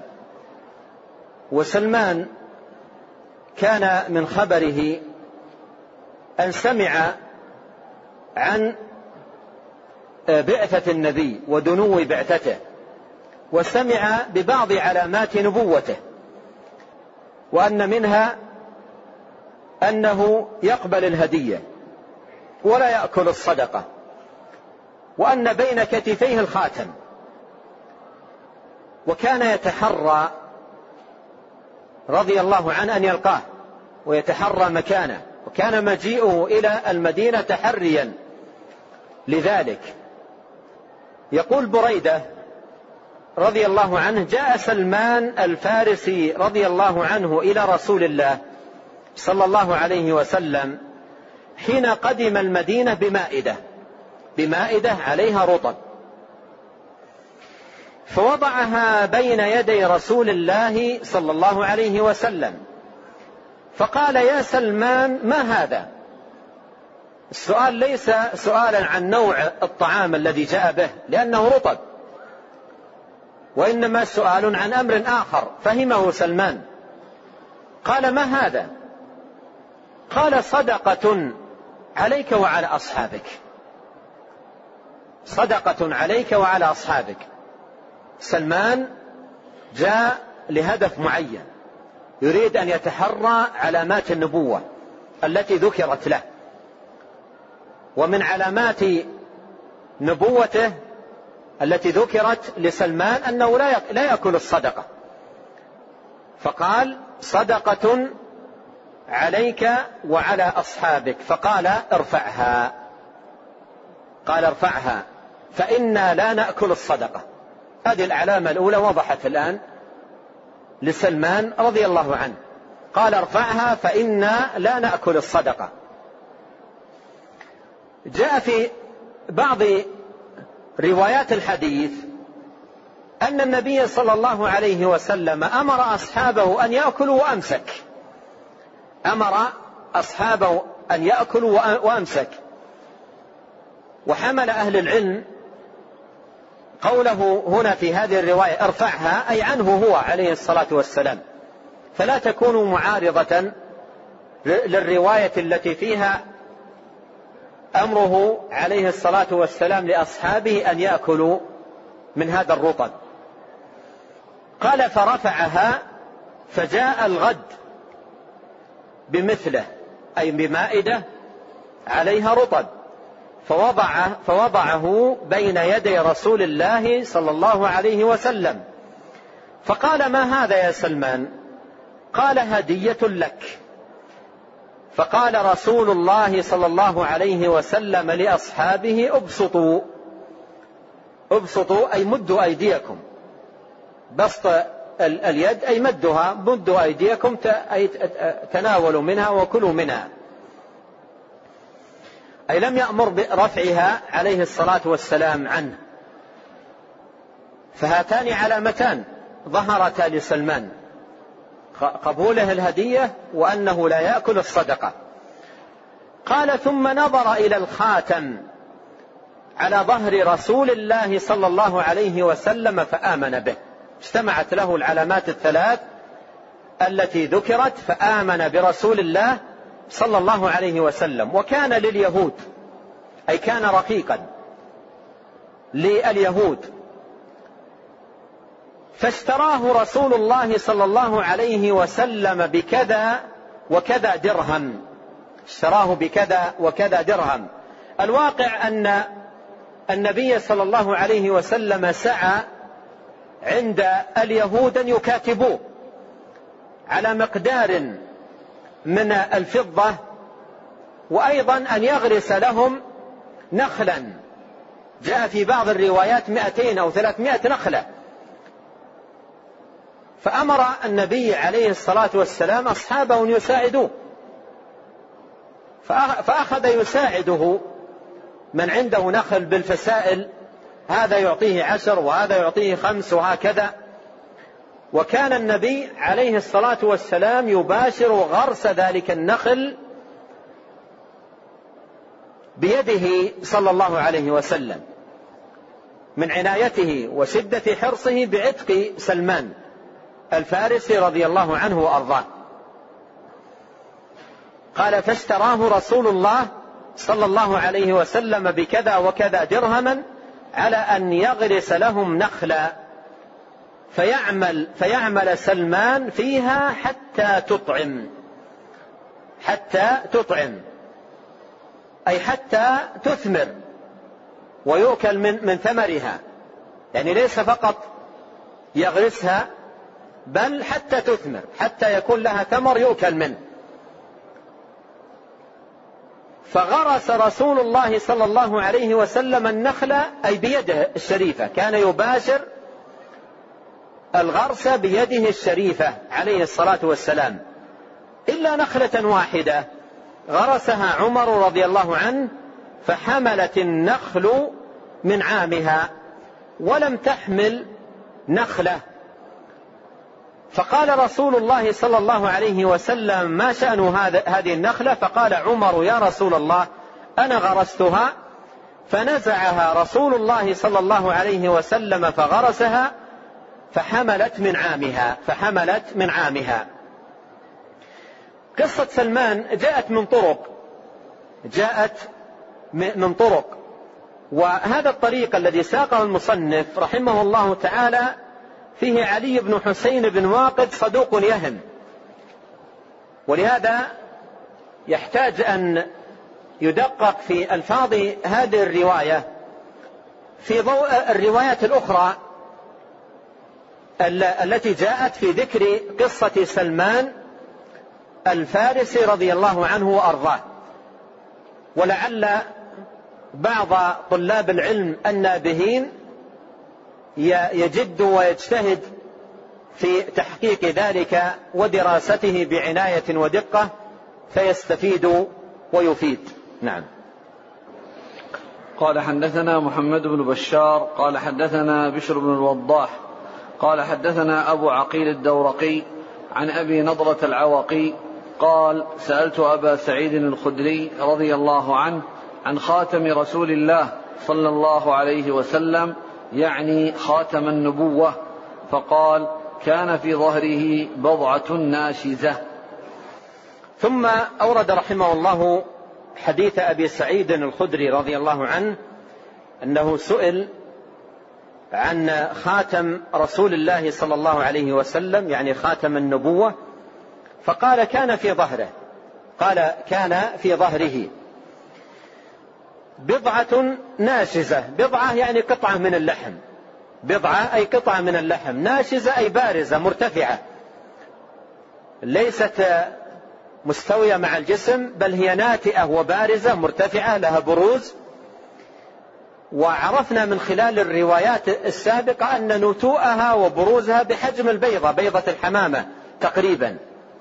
وسلمان كان من خبره أن سمع عن بعثة النبي ودنو بعثته، وسمع ببعض علامات نبوته، وأن منها أنه يقبل الهدية ولا يأكل الصدقة، وأن بين كتفيه الخاتم، وكان يتحرى رضي الله عنه أن يلقاه ويتحرى مكانه، وكان مجيئه إلى المدينة تحريا لذلك. يقول بريدة رضي الله عنه: جاء سلمان الفارسي رضي الله عنه إلى رسول الله صلى الله عليه وسلم حين قدم المدينة بمائدة بمائدة عليها رطب، فوضعها بين يدي رسول الله صلى الله عليه وسلم، فقال: يا سلمان ما هذا؟ السؤال ليس سؤالا عن نوع الطعام الذي جاء به لأنه رطب، وإنما سؤال عن أمر آخر فهمه سلمان. قال: ما هذا؟ قال: صدقة عليك وعلى أصحابك، صدقة عليك وعلى أصحابك. سلمان جاء لهدف معين، يريد أن يتحرى علامات النبوة التي ذكرت له، ومن علامات نبوته التي ذكرت لسلمان أنه لا يأكل الصدقة، فقال: صدقة عليك وعلى أصحابك. فقال: ارفعها، قال: ارفعها فإنا لا نأكل الصدقة. هذه العلامة الأولى وضحت الآن لسلمان رضي الله عنه، قال: ارفعها فإنا لا نأكل الصدقة. جاء في بعض روايات الحديث أن النبي صلى الله عليه وسلم أمر أصحابه أن يأكلوا وأمسك، أمر أصحابه أن يأكلوا وأمسك. وحمل أهل العلم قوله هنا في هذه الرواية ارفعها أي عنه هو عليه الصلاة والسلام، فلا تكون معارضة للرواية التي فيها أمره عليه الصلاة والسلام لأصحابه أن يأكلوا من هذا الرطب. قال: فرفعها فجاء الغد بمثله، أي بمائدة عليها رطب، فوضع فوضعه بين يدي رسول الله صلى الله عليه وسلم، فقال: ما هذا يا سلمان؟ قال: هدية لك. فقال رسول الله صلى الله عليه وسلم لأصحابه: ابسطوا، ابسطوا أي مدوا أيديكم، بسط اليد أي مدها، مدوا أيديكم أي تناولوا منها وكلوا منها، أي لم يأمر برفعها عليه الصلاة والسلام عنه. فهاتان علامتان ظهرتا لسلمان: قبوله الهدية وأنه لا يأكل الصدقة. قال: ثم نظر إلى الخاتم على ظهر رسول الله صلى الله عليه وسلم فآمن به. اجتمعت له العلامات الثلاث التي ذكرت، فآمن برسول الله صلى الله عليه وسلم. وكان لليهود، أي كان رقيقا لليهود، فاشتراه رسول الله صلى الله عليه وسلم بكذا وكذا درهم، اشتراه بكذا وكذا درهم. الواقع أن النبي صلى الله عليه وسلم سعى عند اليهود أن يكاتبوه على مقدار من الفضة، وأيضا أن يغرس لهم نخلا، جاء في بعض الروايات مئتين أو ثلاثمائة نخلة. فأمر النبي عليه الصلاة والسلام أصحابه أن يساعدوه، فأخذ يساعده من عنده نخل بالفسائل، هذا يعطيه عشر وهذا يعطيه خمس وهكذا. وكان النبي عليه الصلاة والسلام يباشر غرس ذلك النخل بيده صلى الله عليه وسلم من عنايته وشدة حرصه بعتق سلمان الفارسي رضي الله عنه وأرضاه. قال: فاشتراه رسول الله صلى الله عليه وسلم بكذا وكذا درهما على أن يغرس لهم نخلا فيعمل, فيعمل سلمان فيها حتى تطعم حتى تطعم أي حتى تثمر ويؤكل من, من ثمرها، يعني ليس فقط يغرسها بل حتى تثمر، حتى يكون لها ثمر يؤكل منه. فغرس رسول الله صلى الله عليه وسلم النخلة أي بيده الشريفة، كان يباشر الغرس بيده الشريفة عليه الصلاة والسلام، إلا نخلة واحدة غرسها عمر رضي الله عنه فحملت النخل من عامها ولم تحمل نخلة. فقال رسول الله صلى الله عليه وسلم: ما شأن هذه النخلة؟ فقال عمر: يا رسول الله أنا غرستها. فنزعها رسول الله صلى الله عليه وسلم فغرسها فحملت من عامها فحملت من عامها. قصة سلمان جاءت من طرق جاءت من طرق وهذا الطريق الذي ساقه المصنف رحمه الله تعالى فيه علي بن حسين بن واقد صدوق يهم، ولهذا يحتاج أن يدقق في ألفاظ هذه الرواية في ضوء الروايات الأخرى التي جاءت في ذكر قصة سلمان الفارسي رضي الله عنه وأرضاه. ولعل بعض طلاب العلم النابهين يجد ويجتهد في تحقيق ذلك ودراسته بعناية ودقة فيستفيد ويفيد. نعم. قال: حدثنا محمد بن بشار قال حدثنا بشر بن الوضاح قال حدثنا أبو عقيل الدورقي عن أبي نضرة العوقي قال: سألت أبا سعيد الخدري رضي الله عنه عن خاتم رسول الله صلى الله عليه وسلم، يعني خاتم النبوة، فقال: كان في ظهره بضعة ناشزة. ثم أورد رحمه الله حديث أبي سعيد الخدري رضي الله عنه أنه سئل عن خاتم رسول الله صلى الله عليه وسلم، يعني خاتم النبوة، فقال: كان في ظهره قال كان في ظهره بضعة ناشزة. بضعة يعني قطعة من اللحم، بضعة أي قطعة من اللحم، ناشزة أي بارزة مرتفعة، ليست مستوية مع الجسم بل هي ناتئة وبارزة مرتفعة لها بروز. وعرفنا من خلال الروايات السابقة أن نتوءها وبروزها بحجم البيضة، بيضة الحمامة تقريبا.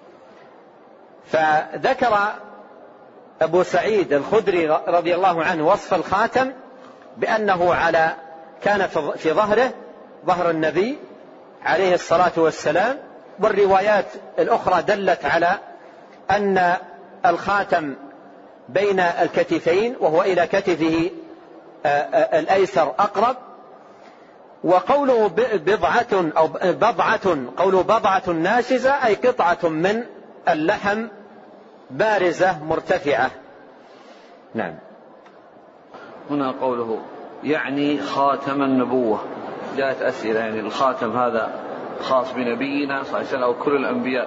فذكر أبو سعيد الخدري رضي الله عنه وصف الخاتم بأنه على كان في ظهره ظهر النبي عليه الصلاة والسلام. والروايات الأخرى دلت على أن الخاتم بين الكتفين وهو إلى كتفه الأيسر أقرب. وقوله بضعة أو بضعة، قوله بضعة ناشزة أي قطعة من اللحم بارزة مرتفعة. نعم. هنا قوله يعني خاتم النبوة، جاءت أسئلة، يعني الخاتم هذا خاص بنبينا صلى الله عليه وسلم أو كل الأنبياء؟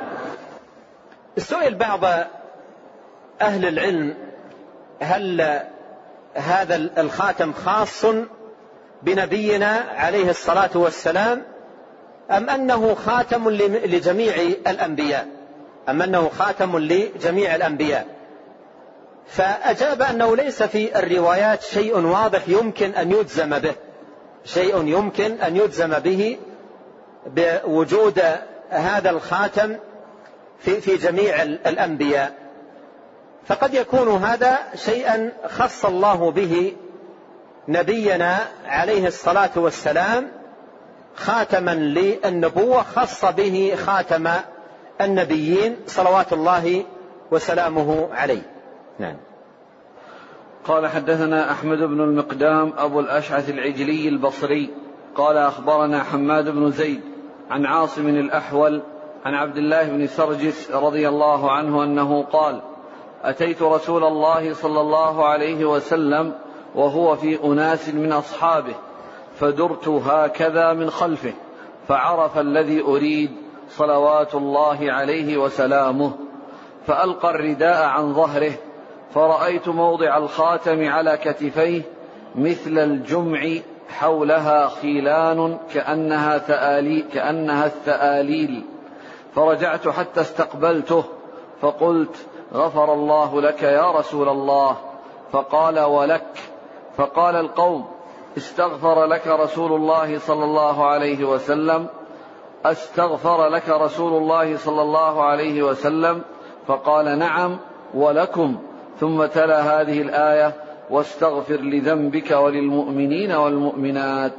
سئل بعض أهل العلم: هل هذا الخاتم خاص بنبينا عليه الصلاة والسلام أم أنه خاتم لجميع الأنبياء أم أنه خاتم لجميع الأنبياء؟ فأجاب أنه ليس في الروايات شيء واضح يمكن أن يجزم به، شيء يمكن أن يجزم به بوجود هذا الخاتم في في جميع الأنبياء. فقد يكون هذا شيئا خص الله به نبينا عليه الصلاة والسلام خاتما للنبوة، خص به خاتم النبيين صلوات الله وسلامه عليه. نعم. قال حدثنا أحمد بن المقدام أبو الأشعث العجلي البصري قال أخبرنا حماد بن زيد عن عاصم الأحول عن عبد الله بن سرجس رضي الله عنه أنه قال: أتيت رسول الله صلى الله عليه وسلم وهو في أناس من أصحابه فدرت هكذا من خلفه فعرف الذي أريد صلوات الله عليه وسلامه، فألقى الرداء عن ظهره فرأيت موضع الخاتم على كتفيه مثل الجمع حولها خيلان كأنها, ثآلي كأنها الثآليل، فرجعت حتى استقبلته فقلت: غفر الله لك يا رسول الله. فقال: ولك. فقال القوم: استغفر لك رسول الله صلى الله عليه وسلم استغفر لك رسول الله صلى الله عليه وسلم؟ فقال: نعم ولكم. ثم تلا هذه الآية: واستغفر لذنبك وللمؤمنين والمؤمنات.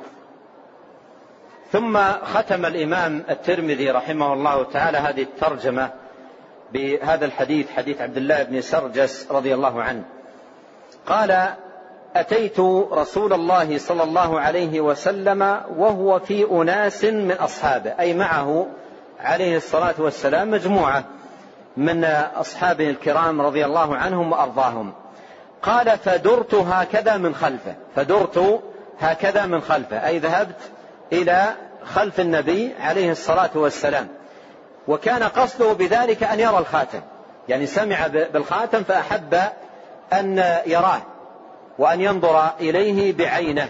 ثم ختم الإمام الترمذي رحمه الله تعالى هذه الترجمة بهذا الحديث، حديث عبد الله بن سرجس رضي الله عنه قال: أتيت رسول الله صلى الله عليه وسلم وهو في أناس من أصحابه، أي معه عليه الصلاة والسلام مجموعة من أصحابه الكرام رضي الله عنهم وأرضاهم. قال: فدرت هكذا من خلفه، فدرت هكذا من خلفه أي ذهبت إلى خلف النبي عليه الصلاة والسلام، وكان قصده بذلك أن يرى الخاتم، يعني سمع بالخاتم فأحب أن يراه وأن ينظر إليه بعينه.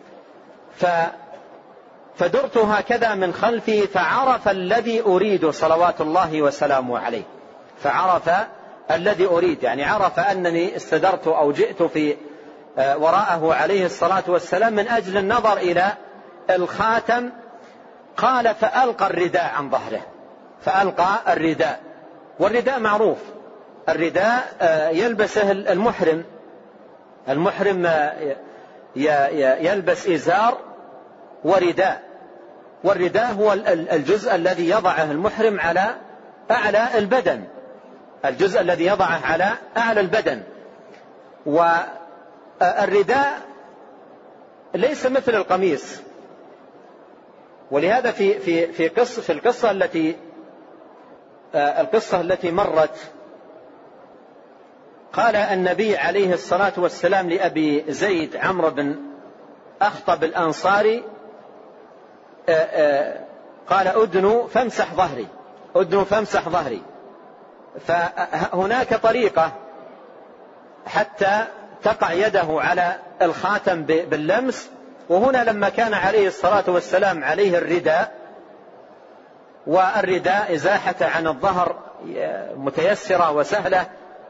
فدرت هكذا من خلفي فعرف الذي أريد صلوات الله وسلامه عليه، فعرف الذي أريد، يعني عرف أنني استدرت أو جئت في وراءه عليه الصلاة والسلام من أجل النظر إلى الخاتم. قال: فألقى الرداء عن ظهره، فألقى الرداء، والرداء معروف، الرداء يلبسه المحرم، المحرم يلبس إزار ورداء، والرداء هو الجزء الذي يضعه المحرم على أعلى البدن، الجزء الذي يضعه على أعلى البدن. والرداء ليس مثل القميص، ولهذا في في في قصة في القصة التي القصة التي مرت قال النبي عليه الصلاة والسلام لأبي زيد عمرو بن أخطب الأنصاري: قال: أدنو فامسح ظهري، أدنو فامسح ظهري. فهناك طريقة حتى تقع يده على الخاتم باللمس، وهنا لما كان عليه الصلاة والسلام عليه الرداء، والرداء إزاحته عن الظهر متيسرة وسهلة،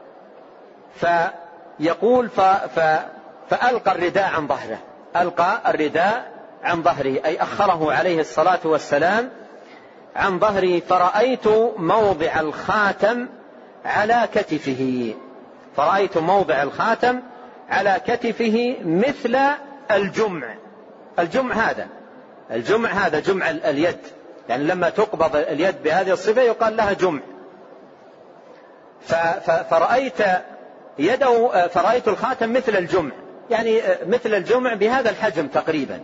فيقول ف ف فألقى الرداء عن ظهره، ألقى الرداء عن ظهره أي أخره عليه الصلاة والسلام عن ظهري، فرأيت موضع الخاتم على كتفه، فرأيت موضع الخاتم على كتفه مثل الجمع. الجمع هذا الجمع هذا جمع اليد، يعني لما تقبض اليد بهذه الصفة يقال لها جمع. فرأيت يده، فرأيت الخاتم مثل الجمع، يعني مثل الجمع بهذا الحجم تقريبا.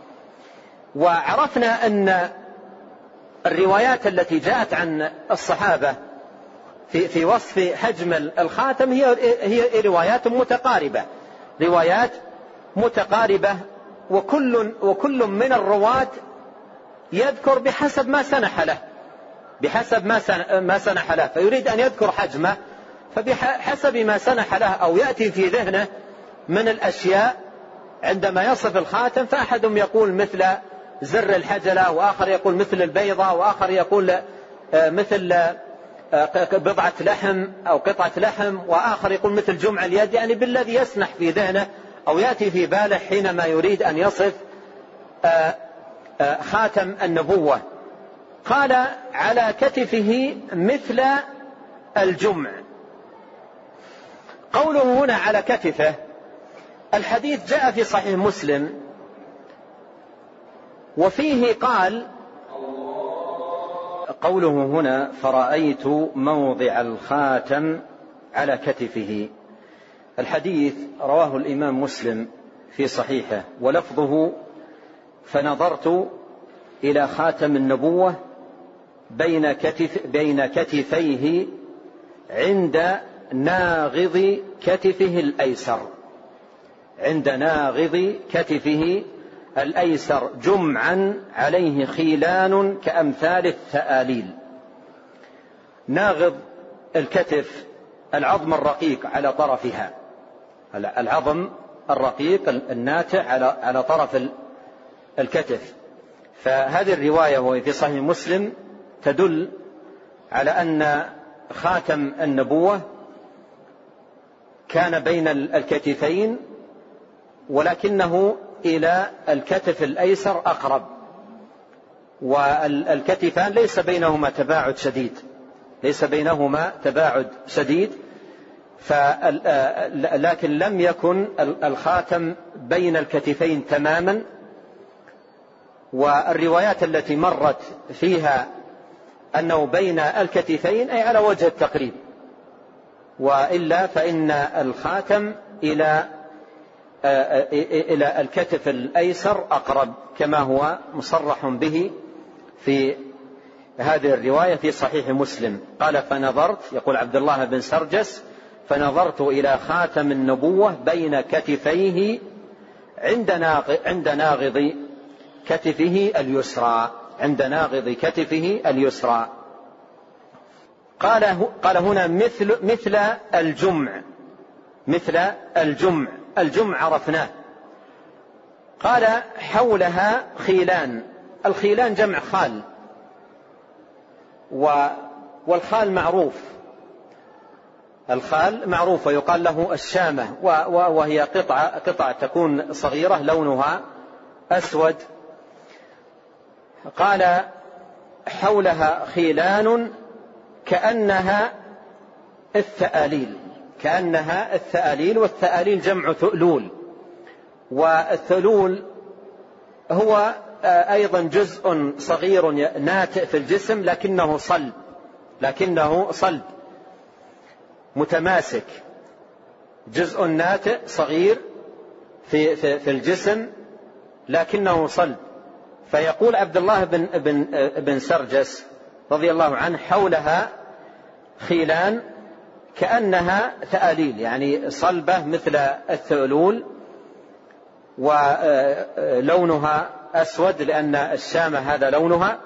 وعرفنا أن الروايات التي جاءت عن الصحابة في في وصف حجم الخاتم هي هي روايات متقاربة، روايات متقاربة وكل وكل من الرواة يذكر بحسب ما سنح له، بحسب ما ما سنح له، فيريد أن يذكر حجمه، فبحسب ما سنح له أو يأتي في ذهنه من الأشياء عندما يصف الخاتم، فأحدهم يقول مثل زر الحجلة، وآخر يقول مثل البيضة، وآخر يقول مثل بضعة لحم أو قطعة لحم، وآخر يقول مثل جمع اليد، يعني بالذي يسنح في ذهنه أو يأتي في باله حينما يريد أن يصف خاتم النبوة. قال: على كتفه مثل الجمع. قوله هنا على كتفه، الحديث جاء في صحيح مسلم وفيه قال، قوله هنا فرأيت موضع الخاتم على كتفه. الحديث رواه الإمام مسلم في صحيحه ولفظه فنظرت إلى خاتم النبوة بين كتف بين كتفيه عند ناغض كتفه الأيسر، عند ناغض كتفه الأيسر جمعا عليه خيلان كأمثال الثآليل. ناغض الكتف العظم الرقيق على طرفها، العظم الرقيق الناتئ على على طرف الكتف. فهذه الرواية وهي في صحيح مسلم تدل على أن خاتم النبوة كان بين الكتفين، ولكنه إلى الكتف الأيسر أقرب، والكتفان ليس بينهما تباعد شديد، ليس بينهما تباعد شديد لكن لم يكن الخاتم بين الكتفين تماما. والروايات التي مرت فيها أنه بين الكتفين أي على وجه التقريب، وإلا فإن الخاتم إلى إلى الكتف الأيسر أقرب كما هو مصرح به في هذه الرواية في صحيح مسلم. قال فنظرت، يقول عبد الله بن سرجس، فنظرت إلى خاتم النبوة بين كتفيه عند ناغض كتفه اليسرى، عند ناغض كتفه اليسرى. قال قال هنا مثل مثل الجمع، مثل الجمع، الجمع عرفناه. قال حولها خيلان، الخيلان جمع خال، والخال معروف، الخال معروف ويقال له الشامة، وهي قطعة قطعة تكون صغيرة لونها أسود. قال حولها خيلان كأنها الثآليل، كأنها الثآليل، والثآليل جمع ثؤلول، والثؤلول هو أيضا جزء صغير ناتئ في الجسم لكنه صلب، لكنه صلب متماسك، جزء ناتئ صغير في, في, في الجسم لكنه صلب. فيقول عبد الله بن, بن, بن سرجس رضي الله عنه حولها خيلان كأنها ثآليل، يعني صلبة مثل الثؤلول، ولونها أسود لأن الشامة هذا لونها.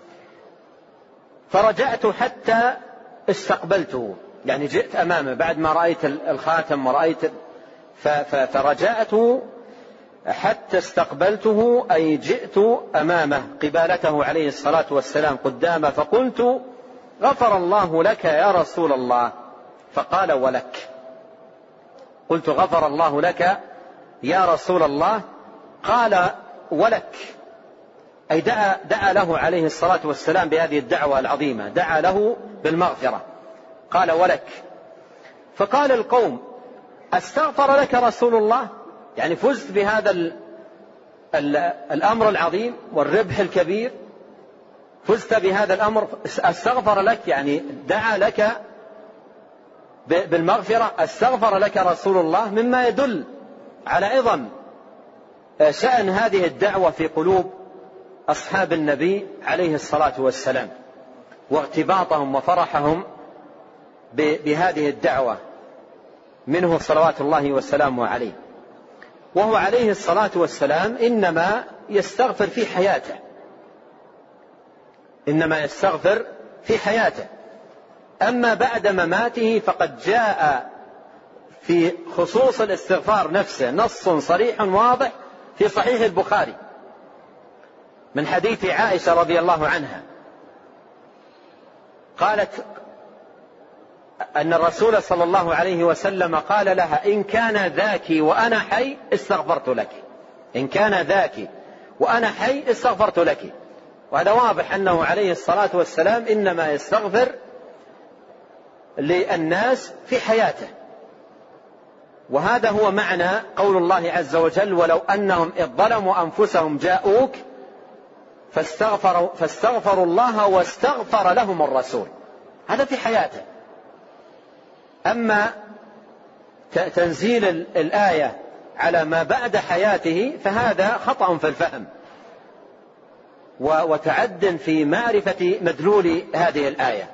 فرجعت حتى استقبلته، يعني جئت أمامه بعد ما رأيت الخاتم ورأيت، فرجعت حتى استقبلته أي جئت أمامه قبالته عليه الصلاة والسلام قدامه، فقلت غفر الله لك يا رسول الله، فقال ولك. قلت غفر الله لك يا رسول الله، قال ولك، أي دعا, دعا له عليه الصلاة والسلام بهذه الدعوة العظيمة، دعا له بالمغفرة، قال ولك. فقال القوم استغفر لك رسول الله، يعني فزت بهذا ال ال الأمر العظيم والربح الكبير، فزت بهذا الأمر، استغفر لك يعني دعا لك بالمغفرة، استغفر لك رسول الله، مما يدل على عظم شأن هذه الدعوة في قلوب أصحاب النبي عليه الصلاة والسلام، وارتباطهم وفرحهم بهذه الدعوة منه صلوات الله وسلامه عليه. وهو عليه الصلاة والسلام إنما يستغفر في حياته، إنما يستغفر في حياته، أما بعد مماته فقد جاء في خصوص الاستغفار نفسه نص صريح واضح في صحيح البخاري من حديث عائشة رضي الله عنها، قالت أن الرسول صلى الله عليه وسلم قال لها إن كان ذاك وأنا حي استغفرت لك، إن كان ذاك وأنا حي استغفرت لك. وهذا واضح أنه عليه الصلاة والسلام إنما يستغفر للناس في حياته، وهذا هو معنى قول الله عز وجل: ولو أنهم إذ ظلموا أنفسهم جاءوك فاستغفروا, فاستغفروا الله واستغفر لهم الرسول. هذا في حياته. أما تنزيل الآية على ما بعد حياته فهذا خطأ في الفهم وتعد في معرفة مدلول هذه الآية.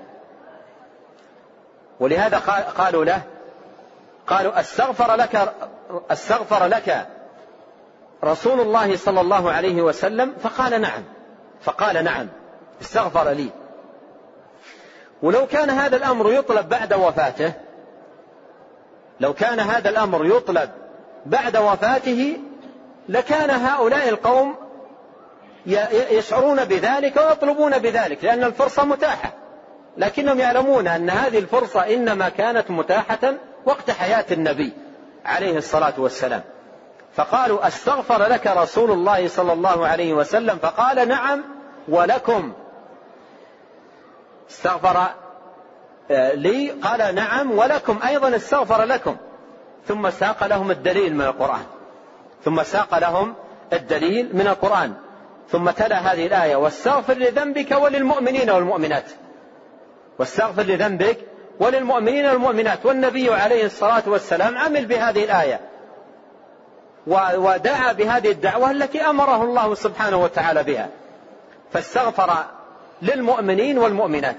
ولهذا قالوا له قالوا استغفر لك, استغفر لك رسول الله صلى الله عليه وسلم؟ فقال نعم فقال نعم استغفر لي. ولو كان هذا الأمر يطلب بعد وفاته لو كان هذا الأمر يطلب بعد وفاته لكان هؤلاء القوم يشعرون بذلك ويطلبون بذلك، لأن الفرصة متاحة، لكنهم يعلمون أن هذه الفرصة إنما كانت متاحة وقت حياة النبي عليه الصلاة والسلام. فقالوا استغفر لك رسول الله صلى الله عليه وسلم؟ فقال نعم ولكم. استغفر لي قال نعم ولكم أيضا استغفر لكم. ثم ساق لهم الدليل من القرآن ثم ساق لهم الدليل من القرآن ثم تلا هذه الآية: واستغفر لذنبك وللمؤمنين والمؤمنات. واستغفر لذنبك وللمؤمنين والمؤمنات. والنبي عليه الصلاة والسلام عمل بهذه الآية ودعا بهذه الدعوة التي أمره الله سبحانه وتعالى بها، فاستغفر للمؤمنين والمؤمنات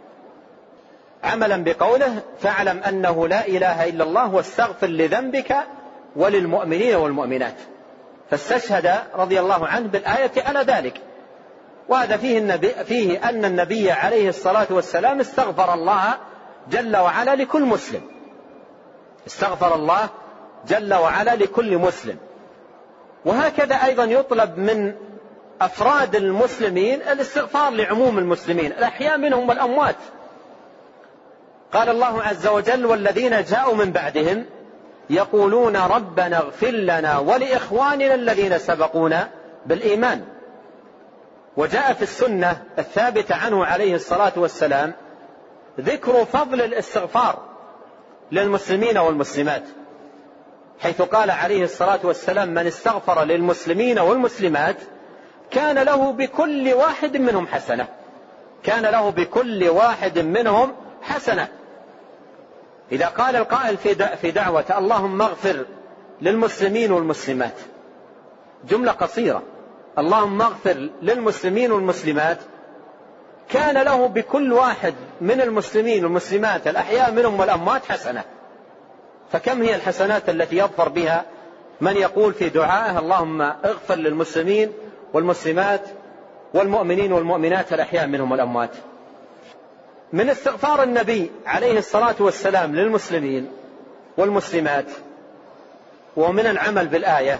عملا بقوله: فاعلم أنه لا إله إلا الله واستغفر لذنبك وللمؤمنين والمؤمنات. فاستشهد رضي الله عنه بالآية على ذلك. وهذا فيه, النبي فيه أن النبي عليه الصلاة والسلام استغفر الله جل وعلا لكل مسلم استغفر الله جل وعلا لكل مسلم. وهكذا أيضا يطلب من أفراد المسلمين الاستغفار لعموم المسلمين الأحياء منهم والأموات. قال الله عز وجل: والذين جاءوا من بعدهم يقولون ربنا اغفر لنا ولإخواننا الذين سبقونا بالإيمان. وجاء في السنة الثابتة عنه عليه الصلاة والسلام ذكر فضل الاستغفار للمسلمين والمسلمات، حيث قال عليه الصلاة والسلام: من استغفر للمسلمين والمسلمات كان له بكل واحد منهم حسنة كان له بكل واحد منهم حسنة. إذا قال القائل في دعوة اللهم اغفر للمسلمين والمسلمات، جملة قصيرة، اللهم اغفر للمسلمين والمسلمات، كان له بكل واحد من المسلمين والمسلمات الأحياء منهم والأموات حسنة. فكم هي الحسنات التي يظفر بها من يقول في دعائه اللهم اغفر للمسلمين والمسلمات والمؤمنين والمؤمنات الأحياء منهم والأموات. من استغفار النبي عليه الصلاة والسلام للمسلمين والمسلمات ومن العمل بالآية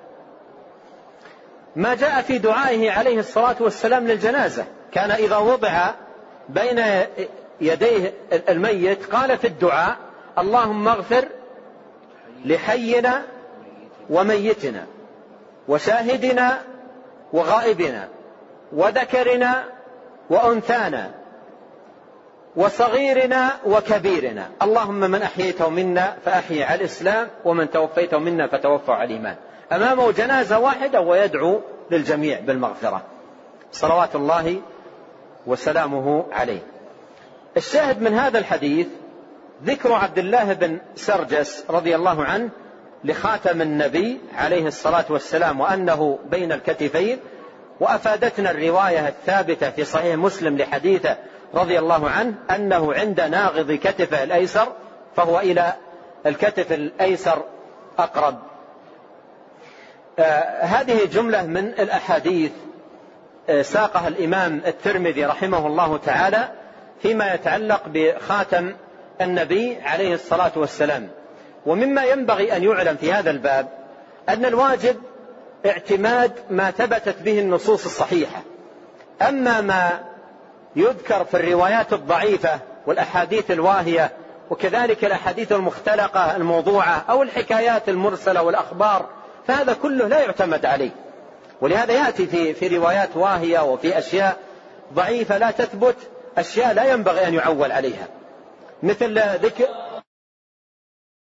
ما جاء في دعائه عليه الصلاة والسلام للجنازة. كان إذا وضع بين يديه الميت قال في الدعاء: اللهم اغفر لحينا وميتنا وشاهدنا وغائبنا وذكرنا وأنثانا وصغيرنا وكبيرنا، اللهم من أحييته منا فأحيي على الإسلام ومن توفيته منا فتوفى على الإيمان. أمامه جنازة واحدة ويدعو للجميع بالمغفرة صلوات الله وسلامه عليه. الشاهد من هذا الحديث ذكر عبد الله بن سرجس رضي الله عنه لخاتم النبي عليه الصلاة والسلام وأنه بين الكتفين. وأفادتنا الرواية الثابتة في صحيح مسلم لحديثه رضي الله عنه أنه عند ناغض كتفه الأيسر، فهو إلى الكتف الأيسر أقرب. آه هذه جملة من الأحاديث آه ساقها الإمام الترمذي رحمه الله تعالى فيما يتعلق بخاتم النبي عليه الصلاة والسلام. ومما ينبغي أن يعلم في هذا الباب أن الواجب اعتماد ما ثبتت به النصوص الصحيحة. أما ما يذكر في الروايات الضعيفة والأحاديث الواهية وكذلك الأحاديث المختلقة الموضوعة أو الحكايات المرسلة والأخبار فهذا كله لا يعتمد عليه. ولهذا يأتي في, في روايات واهية وفي أشياء ضعيفة لا تثبت، أشياء لا ينبغي أن يعول عليها، مثل ذكر